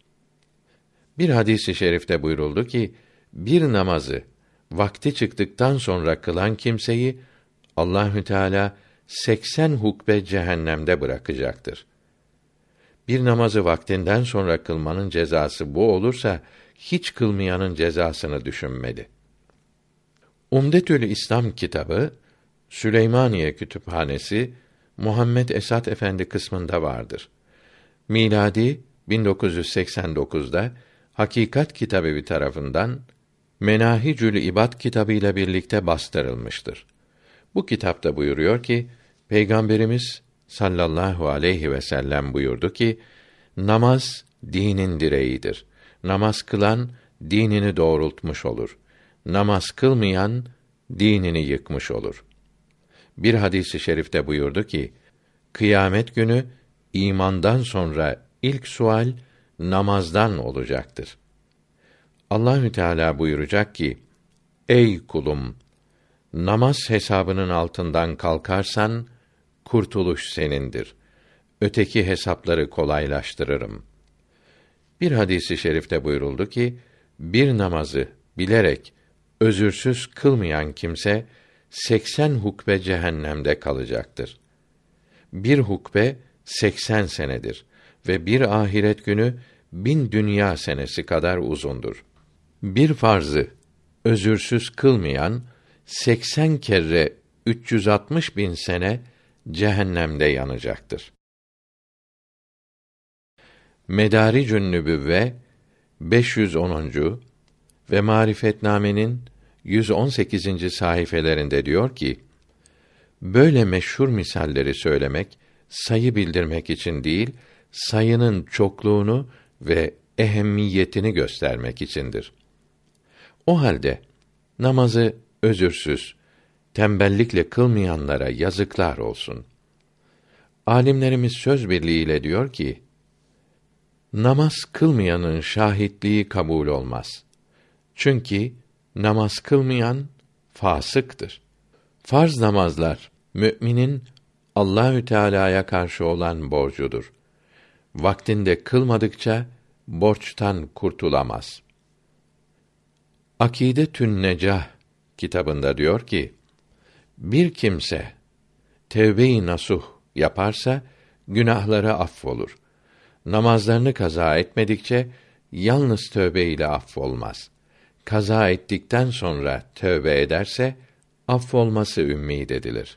Bir hadis-i şerifte buyuruldu ki, bir namazı vakti çıktıktan sonra kılan kimseyi Allahü Teala seksen hukbe cehennemde bırakacaktır. Bir namazı vaktinden sonra kılmanın cezası bu olursa hiç kılmayanın cezasını düşünmeli. Umdetül İslam kitabı Süleymaniye Kütüphanesi Muhammed Esat Efendi kısmında vardır. Miladi bin dokuz yüz seksen dokuzda Hakikat Kitabevi tarafından Menahicül İbad kitabı ile birlikte bastırılmıştır. Bu kitapta buyuruyor ki, Peygamberimiz sallallahu aleyhi ve sellem buyurdu ki, namaz dinin direğidir. Namaz kılan dinini doğrultmuş olur. Namaz kılmayan dinini yıkmış olur. Bir hadis-i şerifte buyurdu ki, kıyamet günü imandan sonra ilk sual namazdan olacaktır. Allahü Teala buyuracak ki: Ey kulum, namaz hesabının altından kalkarsan kurtuluş senindir. Öteki hesapları kolaylaştırırım. Bir hadis-i şerifte buyuruldu ki, bir namazı bilerek özürsüz kılmayan kimse seksen hukbe cehennemde kalacaktır. Bir hukbe seksen senedir ve bir ahiret günü bin dünya senesi kadar uzundur. Bir farzı özürsüz kılmayan seksen kere üç yüz altmış bin sene cehennemde yanacaktır. Medaricün Nübüvve beş yüz onuncu ve Marifetname'nin yüz on sekizinci sayfelerinde diyor ki, böyle meşhur misalleri söylemek, sayı bildirmek için değil, sayının çokluğunu ve ehemmiyetini göstermek içindir. O halde namazı özürsüz, tembellikle kılmayanlara yazıklar olsun. Alimlerimiz söz birliğiyle diyor ki, namaz kılmayanın şahitliği kabul olmaz. Çünkü namaz kılmayan fasıktır. Farz namazlar müminin Allahü Teala'ya karşı olan borcudur. Vaktinde kılmadıkça borçtan kurtulamaz. Akîdetün Necah kitabında diyor ki, bir kimse tevbe-i nasuh yaparsa günahları affolur. Namazlarını kaza etmedikçe yalnız tövbe ile affolmaz. Kaza ettikten sonra tövbe ederse affolması ümmid edilir.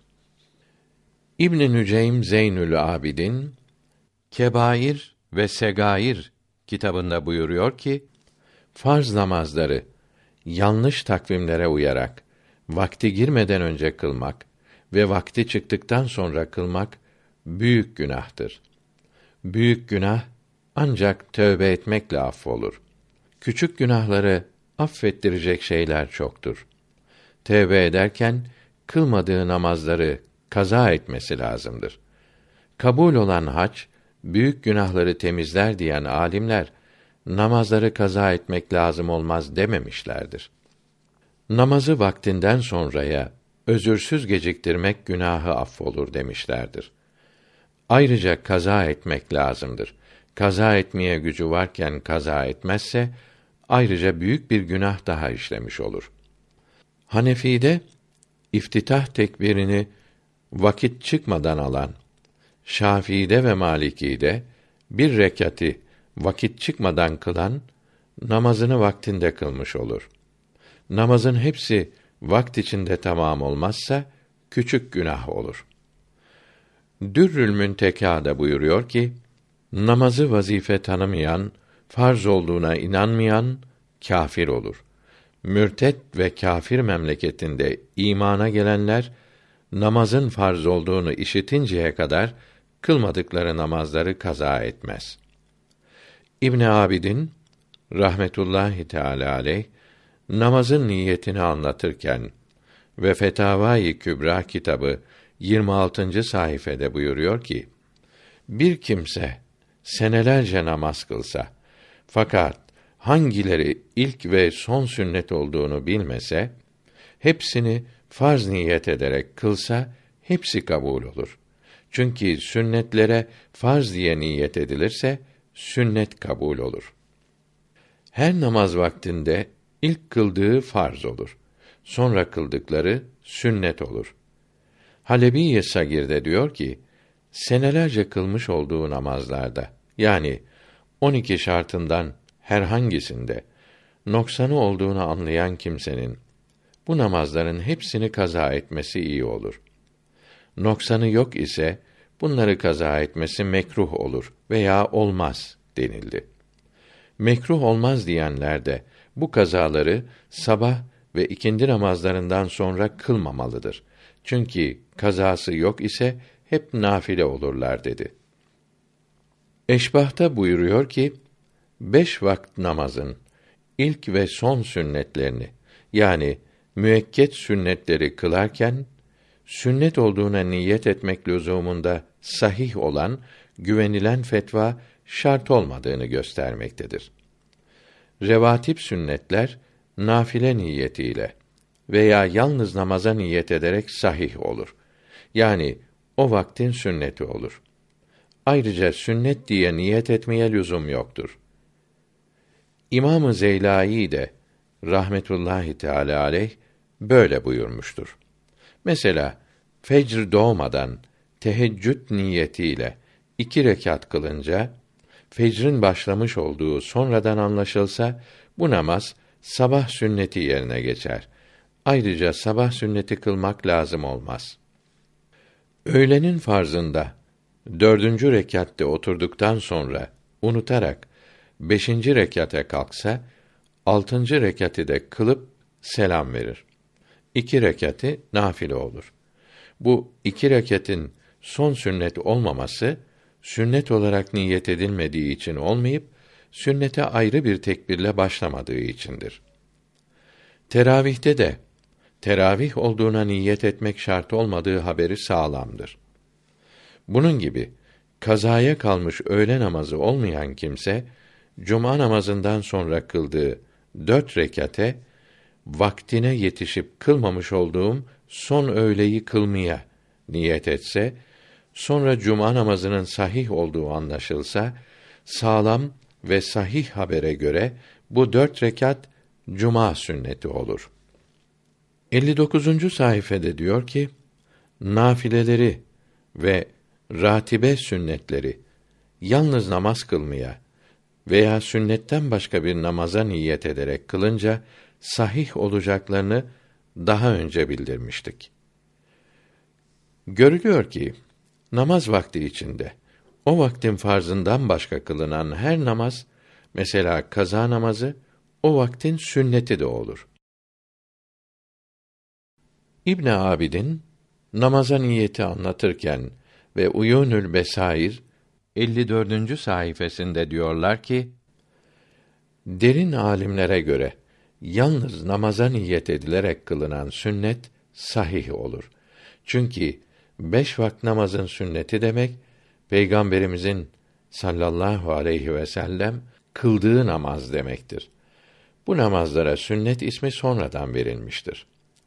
İbn-i Nüceym Zeynül Abidin Kebair ve Segair kitabında buyuruyor ki, farz namazları yanlış takvimlere uyarak vakti girmeden önce kılmak ve vakti çıktıktan sonra kılmak büyük günahtır. Büyük günah ancak tövbe etmekle affolur. Küçük günahları affettirecek şeyler çoktur. Tevbe ederken kılmadığı namazları kaza etmesi lazımdır. Kabul olan hac büyük günahları temizler diyen alimler namazları kaza etmek lazım olmaz dememişlerdir. Namazı vaktinden sonraya özürsüz geciktirmek günahı affolur demişlerdir. Ayrıca kaza etmek lazımdır. Kaza etmeye gücü varken kaza etmezse ayrıca büyük bir günah daha işlemiş olur. Hanefi'de iftitah tekbirini vakit çıkmadan alan, Şafii'de ve Maliki'de bir rekati vakit çıkmadan kılan namazını vaktinde kılmış olur. Namazın hepsi vakt içinde tamam olmazsa küçük günah olur. Dürrül Müntekâ'da buyuruyor ki, namazı vazife tanımayan, farz olduğuna inanmayan kâfir olur. Mürtet ve kâfir memleketinde imana gelenler namazın farz olduğunu işitinceye kadar kılmadıkları namazları kaza etmez. İbn Abidin rahmetullahi teâlâ aleyh namazın niyetini anlatırken ve Fetavai Kübra kitabı yirmi altıncı sayfede buyuruyor ki, bir kimse senelerce namaz kılsa fakat hangileri ilk ve son sünnet olduğunu bilmese, hepsini farz niyet ederek kılsa hepsi kabul olur. Çünkü sünnetlere farz diye niyet edilirse sünnet kabul olur. Her namaz vaktinde ilk kıldığı farz olur. Sonra kıldıkları sünnet olur. Halebi Sagir'de diyor ki, senelerce kılmış olduğu namazlarda, yani on iki şartından herhangisinde noksanı olduğunu anlayan kimsenin bu namazların hepsini kaza etmesi iyi olur. Noksanı yok ise bunları kaza etmesi mekruh olur veya olmaz denildi. Mekruh olmaz diyenler de bu kazaları sabah ve ikindi namazlarından sonra kılmamalıdır. Çünkü kazası yok ise hep nafile olurlar dedi. Eşbah'ta buyuruyor ki, beş vakit namazın ilk ve son sünnetlerini, yani müekket sünnetleri kılarken, sünnet olduğuna niyet etmek lüzumunda sahih olan, güvenilen fetva şart olmadığını göstermektedir. Revatip sünnetler, nafile niyetiyle veya yalnız namaza niyet ederek sahih olur. Yani o vaktin sünneti olur. Ayrıca sünnet diye niyet etmeye lüzum yoktur. İmam-ı Zeylai de rahmetullahi teâlâ aleyh böyle buyurmuştur. Mesela fecr doğmadan teheccüd niyetiyle iki rekat kılınca fecrin başlamış olduğu sonradan anlaşılsa bu namaz sabah sünneti yerine geçer. Ayrıca sabah sünneti kılmak lazım olmaz. Öğlenin farzında dördüncü rekatte oturduktan sonra unutarak beşinci rekate kalksa, altıncı rekati de kılıp selam verir. İki rekati nafile olur. Bu iki reketin son sünnet olmaması, sünnet olarak niyet edilmediği için olmayıp, sünnete ayrı bir tekbirle başlamadığı içindir. Teravih'te de, teravih olduğuna niyet etmek şart olmadığı haberi sağlamdır. Bunun gibi, kazaya kalmış öğle namazı olmayan kimse, cuma namazından sonra kıldığı dört rekate, vaktine yetişip kılmamış olduğum son öğleyi kılmaya niyet etse, sonra cuma namazının sahih olduğu anlaşılsa, sağlam ve sahih habere göre bu dört rekat cuma sünneti olur. elli dokuzuncu sayfede diyor ki, nafileleri ve ratibe sünnetleri yalnız namaz kılmaya veya sünnetten başka bir namaza niyet ederek kılınca sahih olacaklarını daha önce bildirmiştik. Görülüyor ki namaz vakti içinde o vaktin farzından başka kılınan her namaz, mesela kaza namazı, o vaktin sünneti de olur. İbn Abidin namaza niyeti anlatırken ve Uyûnül Besair elli dördüncü sayfasında diyorlar ki, derin alimlere göre yalnız namaza niyet edilerek kılınan sünnet sahih olur. Çünkü beş vakit namazın sünneti demek, Peygamberimizin sallallahu aleyhi ve sellem kıldığı namaz demektir. Bu namazlara sünnet ismi sonradan verilmiştir.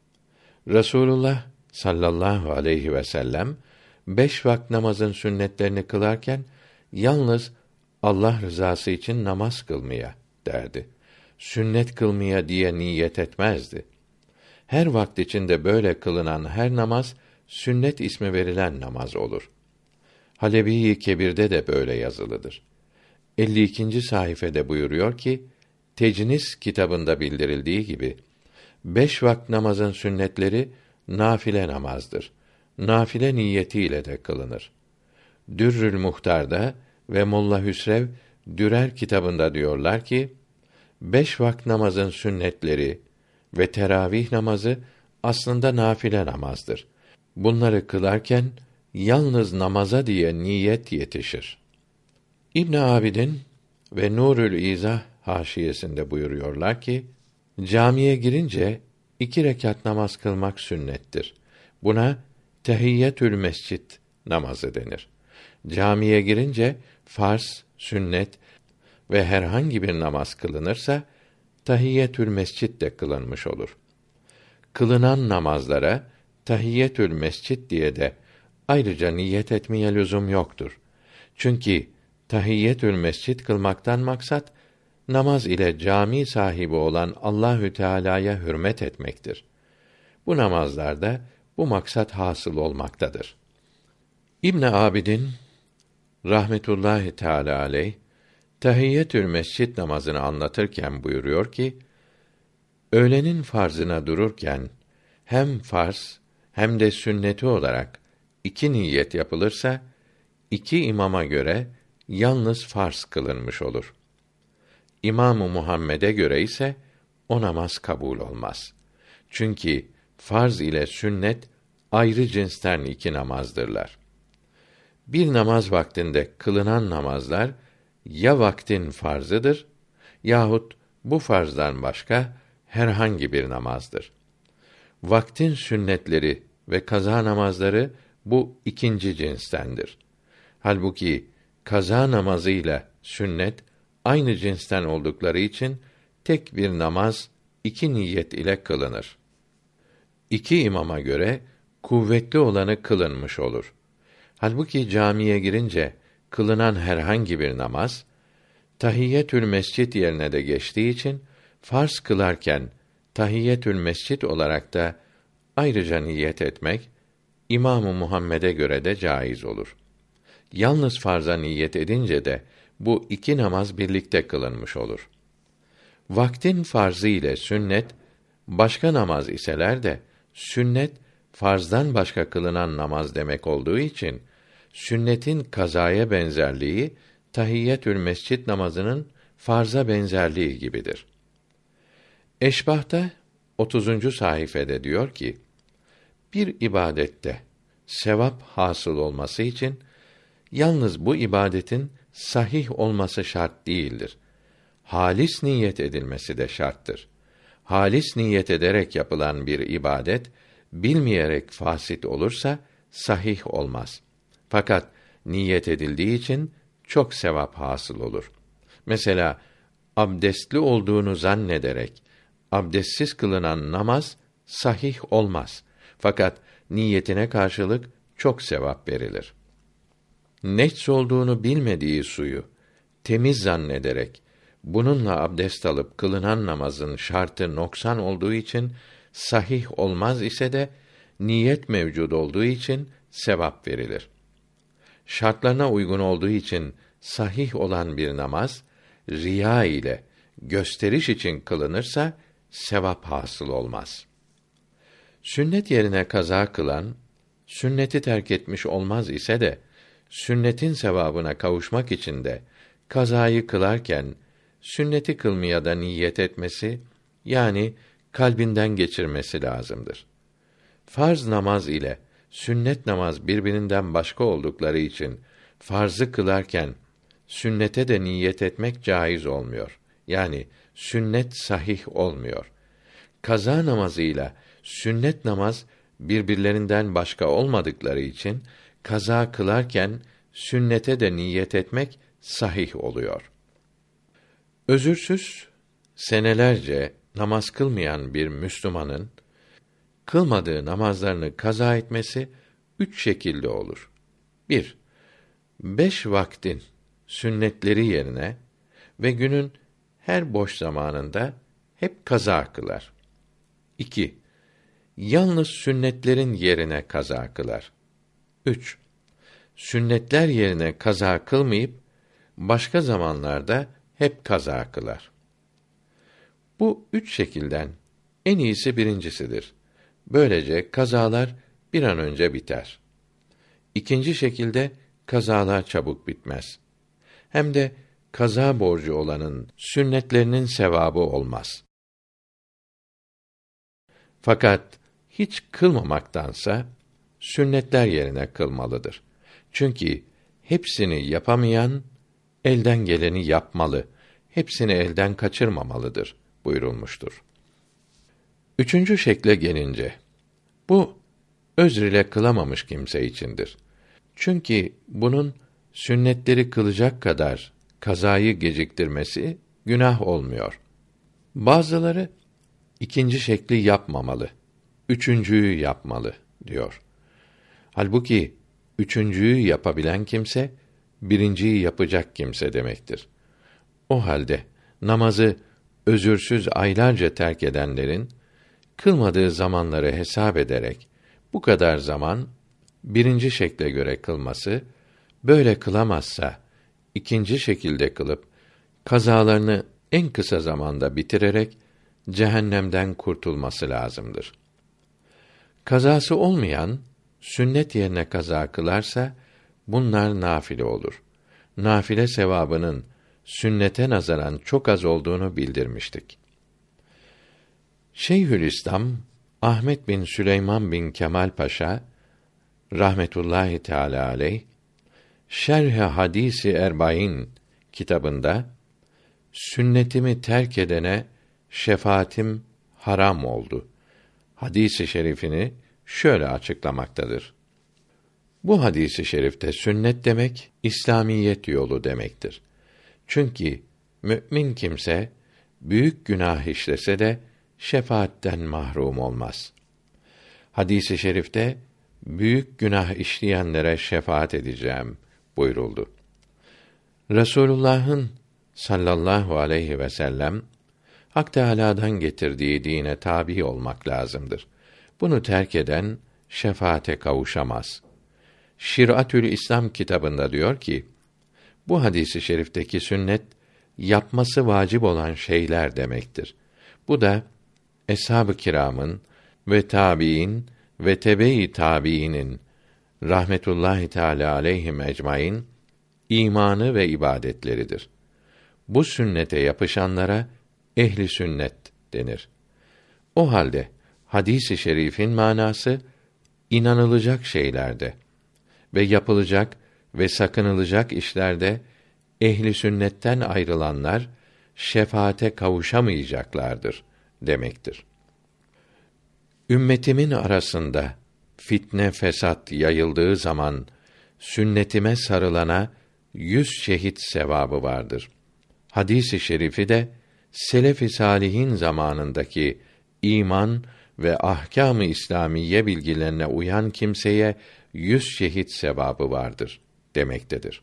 Resulullah sallallahu aleyhi ve sellem beş vakit namazın sünnetlerini kılarken yalnız Allah rızası için namaz kılmaya derdi. Sünnet kılmaya diye niyet etmezdi. Her vakit içinde böyle kılınan her namaz sünnet ismi verilen namaz olur. Halebi-i Kebir'de de böyle yazılıdır. elli ikinci sayfede buyuruyor ki, Tecnis kitabında bildirildiği gibi, beş vakit namazın sünnetleri nafile namazdır. Nafile niyetiyle de kılınır. Dürrül Muhtar'da ve Molla Hüsrev Dürer kitabında diyorlar ki, beş vakit namazın sünnetleri ve teravih namazı aslında nafile namazdır. Bunları kılarken yalnız namaza diye niyet yetişir. İbn Abidin ve Nurül İzah haşiyesinde buyuruyorlar ki, camiye girince iki rekat namaz kılmak sünnettir. Buna tehiyyetül mescid namazı denir. Camiye girince farz, sünnet ve herhangi bir namaz kılınırsa tahiyyetül mescid de kılınmış olur. Kılınan namazlara tahiyyetül mescid diye de ayrıca niyet etmeye lüzum yoktur. Çünkü tahiyyetül mescid kılmaktan maksat namaz ile cami sahibi olan Allahü Teala'ya hürmet etmektir. Bu namazlarda bu maksat hasıl olmaktadır. İbn Abidin rahmetullahi teala aleyh tahiyyetül mescid namazını anlatırken buyuruyor ki, öğlenin farzına dururken hem farz hem de sünneti olarak iki niyet yapılırsa, iki imama göre yalnız farz kılınmış olur. İmam-ı Muhammed'e göre ise o namaz kabul olmaz. Çünkü farz ile sünnet ayrı cinsten iki namazdırlar. Bir namaz vaktinde kılınan namazlar ya vaktin farzıdır yahut bu farzdan başka herhangi bir namazdır. Vaktin sünnetleri ve kaza namazları bu ikinci cinstendir. Halbuki kaza namazıyla sünnet aynı cinsten oldukları için tek bir namaz iki niyet ile kılınır. İki imama göre kuvvetli olanı kılınmış olur. Halbuki camiye girince kılınan herhangi bir namaz tahiyyetül mescid yerine de geçtiği için farz kılarken tahiyyetül mescid olarak da ayrıca niyet etmek İmam-ı Muhammed'e göre de caiz olur. Yalnız farza niyet edince de bu iki namaz birlikte kılınmış olur. Vaktin farzı ile sünnet başka namaz iseler de sünnet farzdan başka kılınan namaz demek olduğu için sünnetin kazaya benzerliği tahiyyetül mescid namazının farza benzerliği gibidir. Eşbah'ta otuzuncu sayfede diyor ki, bir ibadette sevap hasıl olması için Yalnız bu ibadetin sahih olması şart değildir. Halis niyet edilmesi de şarttır. Halis niyet ederek yapılan bir ibadet, bilmeyerek fasit olursa, sahih olmaz. Fakat, niyet edildiği için, çok sevap hasıl olur. Mesela, abdestli olduğunu zannederek, abdestsiz kılınan namaz, sahih olmaz. Fakat, niyetine karşılık, çok sevap verilir. Necs olduğunu bilmediği suyu, temiz zannederek, bununla abdest alıp kılınan namazın şartı noksan olduğu için sahih olmaz ise de niyet mevcud olduğu için sevap verilir. Şartlarına uygun olduğu için sahih olan bir namaz riya ile gösteriş için kılınırsa sevap hasıl olmaz. Sünnet yerine kaza kılan sünneti terk etmiş olmaz ise de sünnetin sevabına kavuşmak için de kazayı kılarken sünneti kılmaya da niyet etmesi, yani kalbinden geçirmesi lazımdır. Farz namaz ile sünnet namaz birbirinden başka oldukları için farzı kılarken sünnete de niyet etmek caiz olmuyor. Yani sünnet sahih olmuyor. Kaza namazıyla sünnet namaz birbirlerinden başka olmadıkları için kaza kılarken sünnete de niyet etmek sahih oluyor. Özürsüz senelerce namaz kılmayan bir Müslümanın kılmadığı namazlarını kaza etmesi üç şekilde olur. Bir, beş vaktin sünnetleri yerine ve günün her boş zamanında hep kaza kılar. İki, yalnız sünnetlerin yerine kaza kılar. Üç, sünnetler yerine kaza kılmayıp başka zamanlarda hep kaza kılar. Bu üç şekilden en iyisi birincisidir. Böylece kazalar bir an önce biter. İkinci şekilde kazalar çabuk bitmez. Hem de kaza borcu olanın sünnetlerinin sevabı olmaz. Fakat hiç kılmamaktansa sünnetler yerine kılmalıdır. Çünkü hepsini yapamayan elden geleni yapmalı, hepsini elden kaçırmamalıdır buyurulmuştur. Üçüncü şekle gelince, bu özr ile kılamamış kimse içindir. Çünkü bunun sünnetleri kılacak kadar kazayı geciktirmesi günah olmuyor. Bazıları ikinci şekli yapmamalı, üçüncüyü yapmalı diyor. Halbuki üçüncüyü yapabilen kimse birinciyi yapacak kimse demektir. O halde namazı özürsüz aylarca terk edenlerin kılmadığı zamanları hesap ederek bu kadar zaman birinci şekle göre kılması, böyle kılamazsa ikinci şekilde kılıp kazalarını en kısa zamanda bitirerek cehennemden kurtulması lazımdır. Kazası olmayan sünnet yerine kaza kılarsa bunlar nafile olur. Nafile sevabının sünnete nazaran çok az olduğunu bildirmiştik. Şeyhülislam Ahmet bin Süleyman bin Kemal Paşa rahmetullahi teala aleyh Şerh-i Hadis-i Erbain kitabında sünnetimi terk edene şefaatim haram oldu hadisi şerifini şöyle açıklamaktadır. Bu hadisi şerifte sünnet demek İslamiyet yolu demektir. Çünkü mümin kimse büyük günah işlese de şefaatten mahrum olmaz. Hadisi şerifte büyük günah işleyenlere şefaat edeceğim buyuruldu. Resulullah'ın sallallahu aleyhi ve sellem Hak Teâlâ'dan getirdiği dine tabi olmak lazımdır. Bunu terk eden şefaate kavuşamaz. Şir'atül İslam kitabında diyor ki, bu hadisi şerifteki sünnet yapması vacip olan şeyler demektir. Bu da eshab-ı kiramın ve tabiin ve tebe-i tabiinin rahmetullahi teâlâ aleyhim ecmaîn imanı ve ibadetleridir. Bu sünnete yapışanlara ehli sünnet denir. O halde hadis-i şerifin manası inanılacak şeylerde ve yapılacak ve sakınılacak işlerde ehli sünnetten ayrılanlar şefaate kavuşamayacaklardır demektir. Ümmetimin arasında fitne fesat yayıldığı zaman sünnetime sarılana yüz şehit sevabı vardır. Hadis-i şerifi de selef-i salihin zamanındaki iman ve ahkâm-ı İslamiye bilgilerine uyan kimseye yüz şehit sevabı vardır demektedir.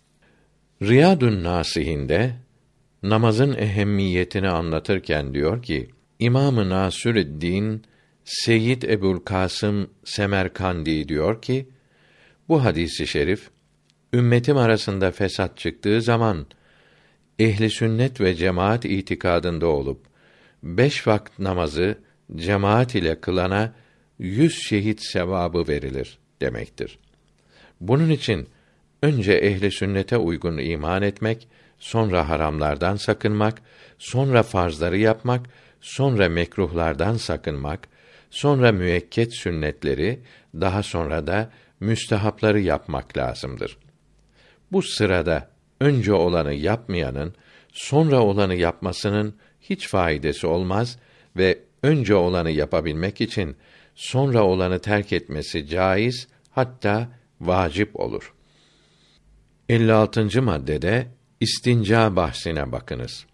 Riyadun Nâsihinde namazın ehemmiyetini anlatırken diyor ki, İmam-ı Nasürü'd-Din Seyyid Ebu'l-Kasım Semerkandi diyor ki, bu hadisi şerif ümmetim arasında fesat çıktığı zaman ehli sünnet ve cemaat itikadında olup beş vakit namazı cemaat ile kılana yüz şehit sevabı verilir demektir. Bunun için önce ehli sünnete uygun iman etmek, sonra haramlardan sakınmak, sonra farzları yapmak, sonra mekruhlardan sakınmak, sonra müekket sünnetleri, daha sonra da müstehapları yapmak lazımdır. Bu sırada önce olanı yapmayanın sonra olanı yapmasının hiç faydası olmaz ve önce olanı yapabilmek için sonra olanı terk etmesi caiz, hatta vacip olur. elli altıncı maddede istinca bahsine bakınız.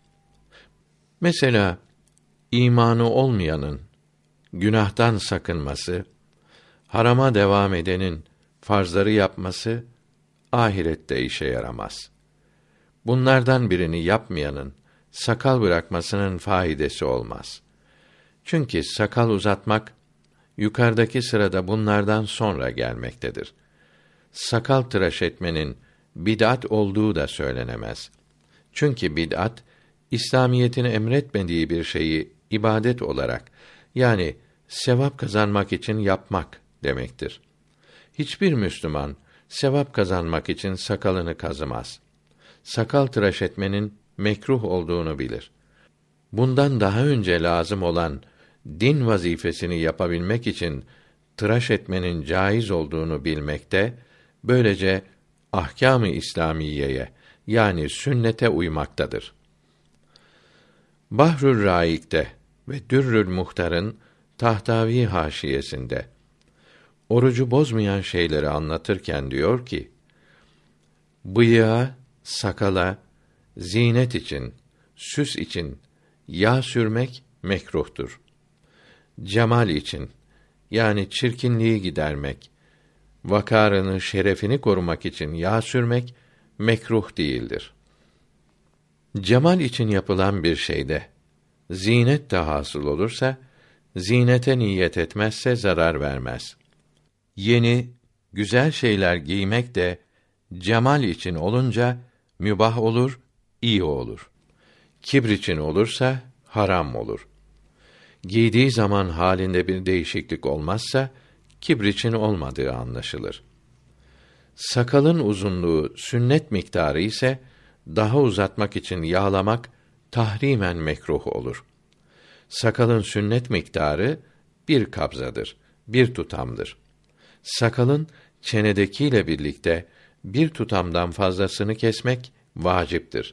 Mesela imanı olmayanın günahtan sakınması, harama devam edenin farzları yapması ahirette işe yaramaz. Bunlardan birini yapmayanın sakal bırakmasının faydası olmaz. Çünkü sakal uzatmak yukarıdaki sırada bunlardan sonra gelmektedir. Sakal tıraş etmenin bid'at olduğu da söylenemez. Çünkü bid'at İslamiyetin emretmediği bir şeyi ibadet olarak, yani sevap kazanmak için yapmak demektir. Hiçbir Müslüman sevap kazanmak için sakalını kazımaz. Sakal tıraş etmenin mekruh olduğunu bilir. Bundan daha önce lazım olan din vazifesini yapabilmek için tıraş etmenin caiz olduğunu bilmekte, böylece ahkâm-ı İslamiyeye, yani sünnete uymaktadır. Bahrül Raik'te ve Dürrül Muhtar'ın Tahtavi haşiyesinde orucu bozmayan şeyleri anlatırken diyor ki, bıyığa, sakala, zinet için, süs için yağ sürmek mekruhtur. Cemal için, yani çirkinliği gidermek, vakarını, şerefini korumak için yağ sürmek mekruh değildir. Cemal için yapılan bir şeyde zinet de hasıl olursa, zinete niyet etmezse zarar vermez. Yeni, güzel şeyler giymek de cemal için olunca mübah olur, iyi olur. Kibr için olursa haram olur. Giydiği zaman halinde bir değişiklik olmazsa kibr için olmadığı anlaşılır. Sakalın uzunluğu sünnet miktarı ise daha uzatmak için yağlamak tahrimen mekruh olur. Sakalın sünnet miktarı bir kabzadır, bir tutamdır. Sakalın çenedekiyle birlikte bir tutamdan fazlasını kesmek vaciptir.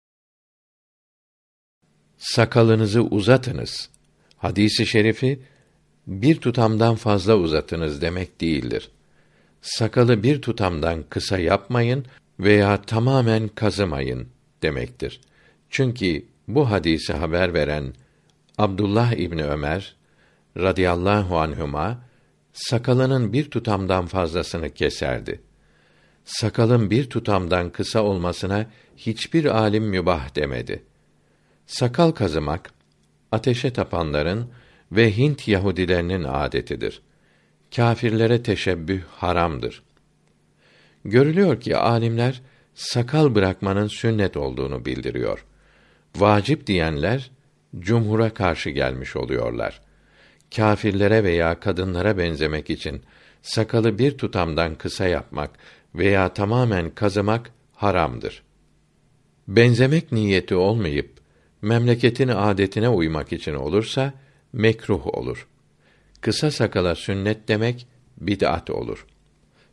Sakalınızı uzatınız. Hadisi şerifi bir tutamdan fazla uzatınız demek değildir. Sakalı bir tutamdan kısa yapmayın veya tamamen kazımayın demektir. Çünkü bu hadisi haber veren Abdullah İbni Ömer radıyallahu anhuma sakalının bir tutamdan fazlasını keserdi. Sakalın bir tutamdan kısa olmasına hiçbir alim mübah demedi. Sakal kazımak ateşe tapanların ve Hint Yahudilerinin adetidir. Kâfirlere teşebbüh haramdır. Görülüyor ki alimler sakal bırakmanın sünnet olduğunu bildiriyor. Vacip diyenler cumhura karşı gelmiş oluyorlar. Kâfirlere veya kadınlara benzemek için sakalı bir tutamdan kısa yapmak veya tamamen kazımak haramdır. Benzemek niyeti olmayıp memleketin adetine uymak için olursa mekruh olur. Kısa sakala sünnet demek bid'at olur.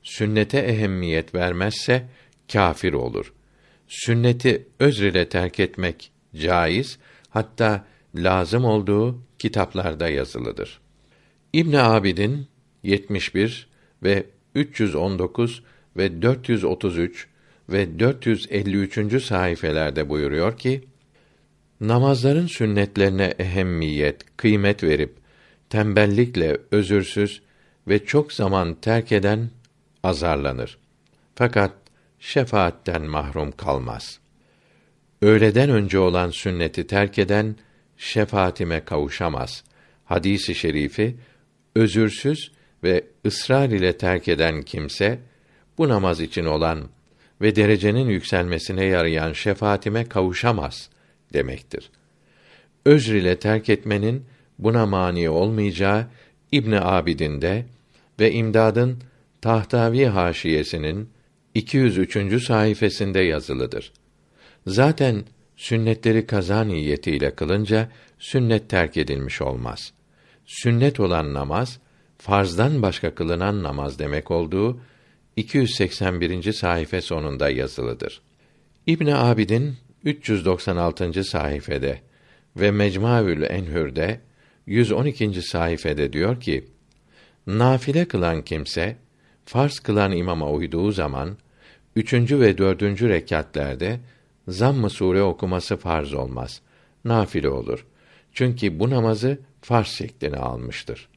sünnete ehemmiyet vermezse kâfir olur. Sünneti özr ile terk etmek caiz, hatta lazım olduğu kitaplarda yazılıdır. İbn Abidin yetmiş bir ve üç yüz on dokuz ve dört yüz otuz üç ve dört yüz elli üçüncü sayfelerde buyuruyor ki: namazların sünnetlerine ehemmiyet, kıymet verip tembellikle özürsüz ve çok zaman terk eden azarlanır. Fakat şefaatten mahrum kalmaz. Öğleden önce olan sünneti terk eden şefaatime kavuşamaz. Hadisi şerifi özürsüz ve ısrar ile terk eden kimse bu namaz için olan ve derecenin yükselmesine yarayan şefaatime kavuşamaz demektir. Özr ile terk etmenin buna mani olmayacağı İbn Abidin'de ve İmdad'ın Tahtavi haşiyesinin iki yüz üçüncü sayfasında yazılıdır. Zaten sünnetleri kaza niyetiyle kılınca sünnet terk edilmiş olmaz. Sünnet olan namaz, farzdan başka kılınan namaz demek olduğu iki yüz seksen birinci sayfa sonunda yazılıdır. İbn Abidin üç yüz doksan altıncı sayfede ve Mecmuaül Enhür'de yüz on ikinci sayfede diyor ki: nafile kılan kimse farz kılan imama uyduğu zaman üçüncü ve dördüncü rekatlerde zamm-ı sure okuması farz olmaz. Nafile olur. Çünkü bu namazı farz şeklini almıştır.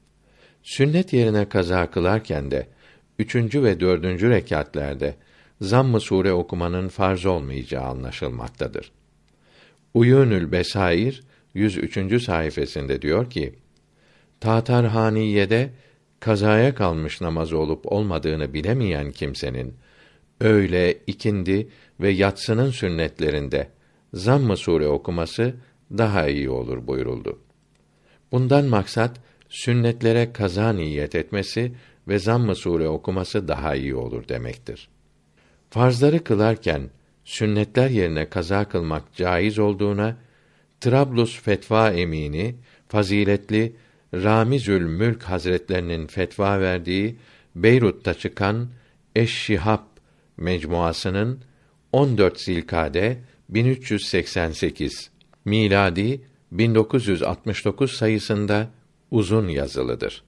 Sünnet yerine kaza kılarken de üçüncü ve dördüncü rekatlerde zamm-ı sure okumanın farz olmayacağı anlaşılmaktadır. Uyûnül Besair yüz üçüncü sayfasında diyor ki: Tatarhaniye'de kazaya kalmış namazı olup olmadığını bilemeyen kimsenin öğle, ikindi ve yatsının sünnetlerinde zamm-ı sure okuması daha iyi olur buyuruldu. Bundan maksat sünnetlere kaza niyet etmesi ve zamm-ı sure okuması daha iyi olur demektir. Farzları kılarken sünnetler yerine kaza kılmak caiz olduğuna Trablus fetva emini faziletli Ramizül Mülk Hazretlerinin fetva verdiği Beyrut'ta çıkan Eş-Şihab mecmuasının on dört Zilkade bin üç yüz seksen sekiz miladi bin dokuz yüz altmış dokuz sayısında uzun yazılıdır.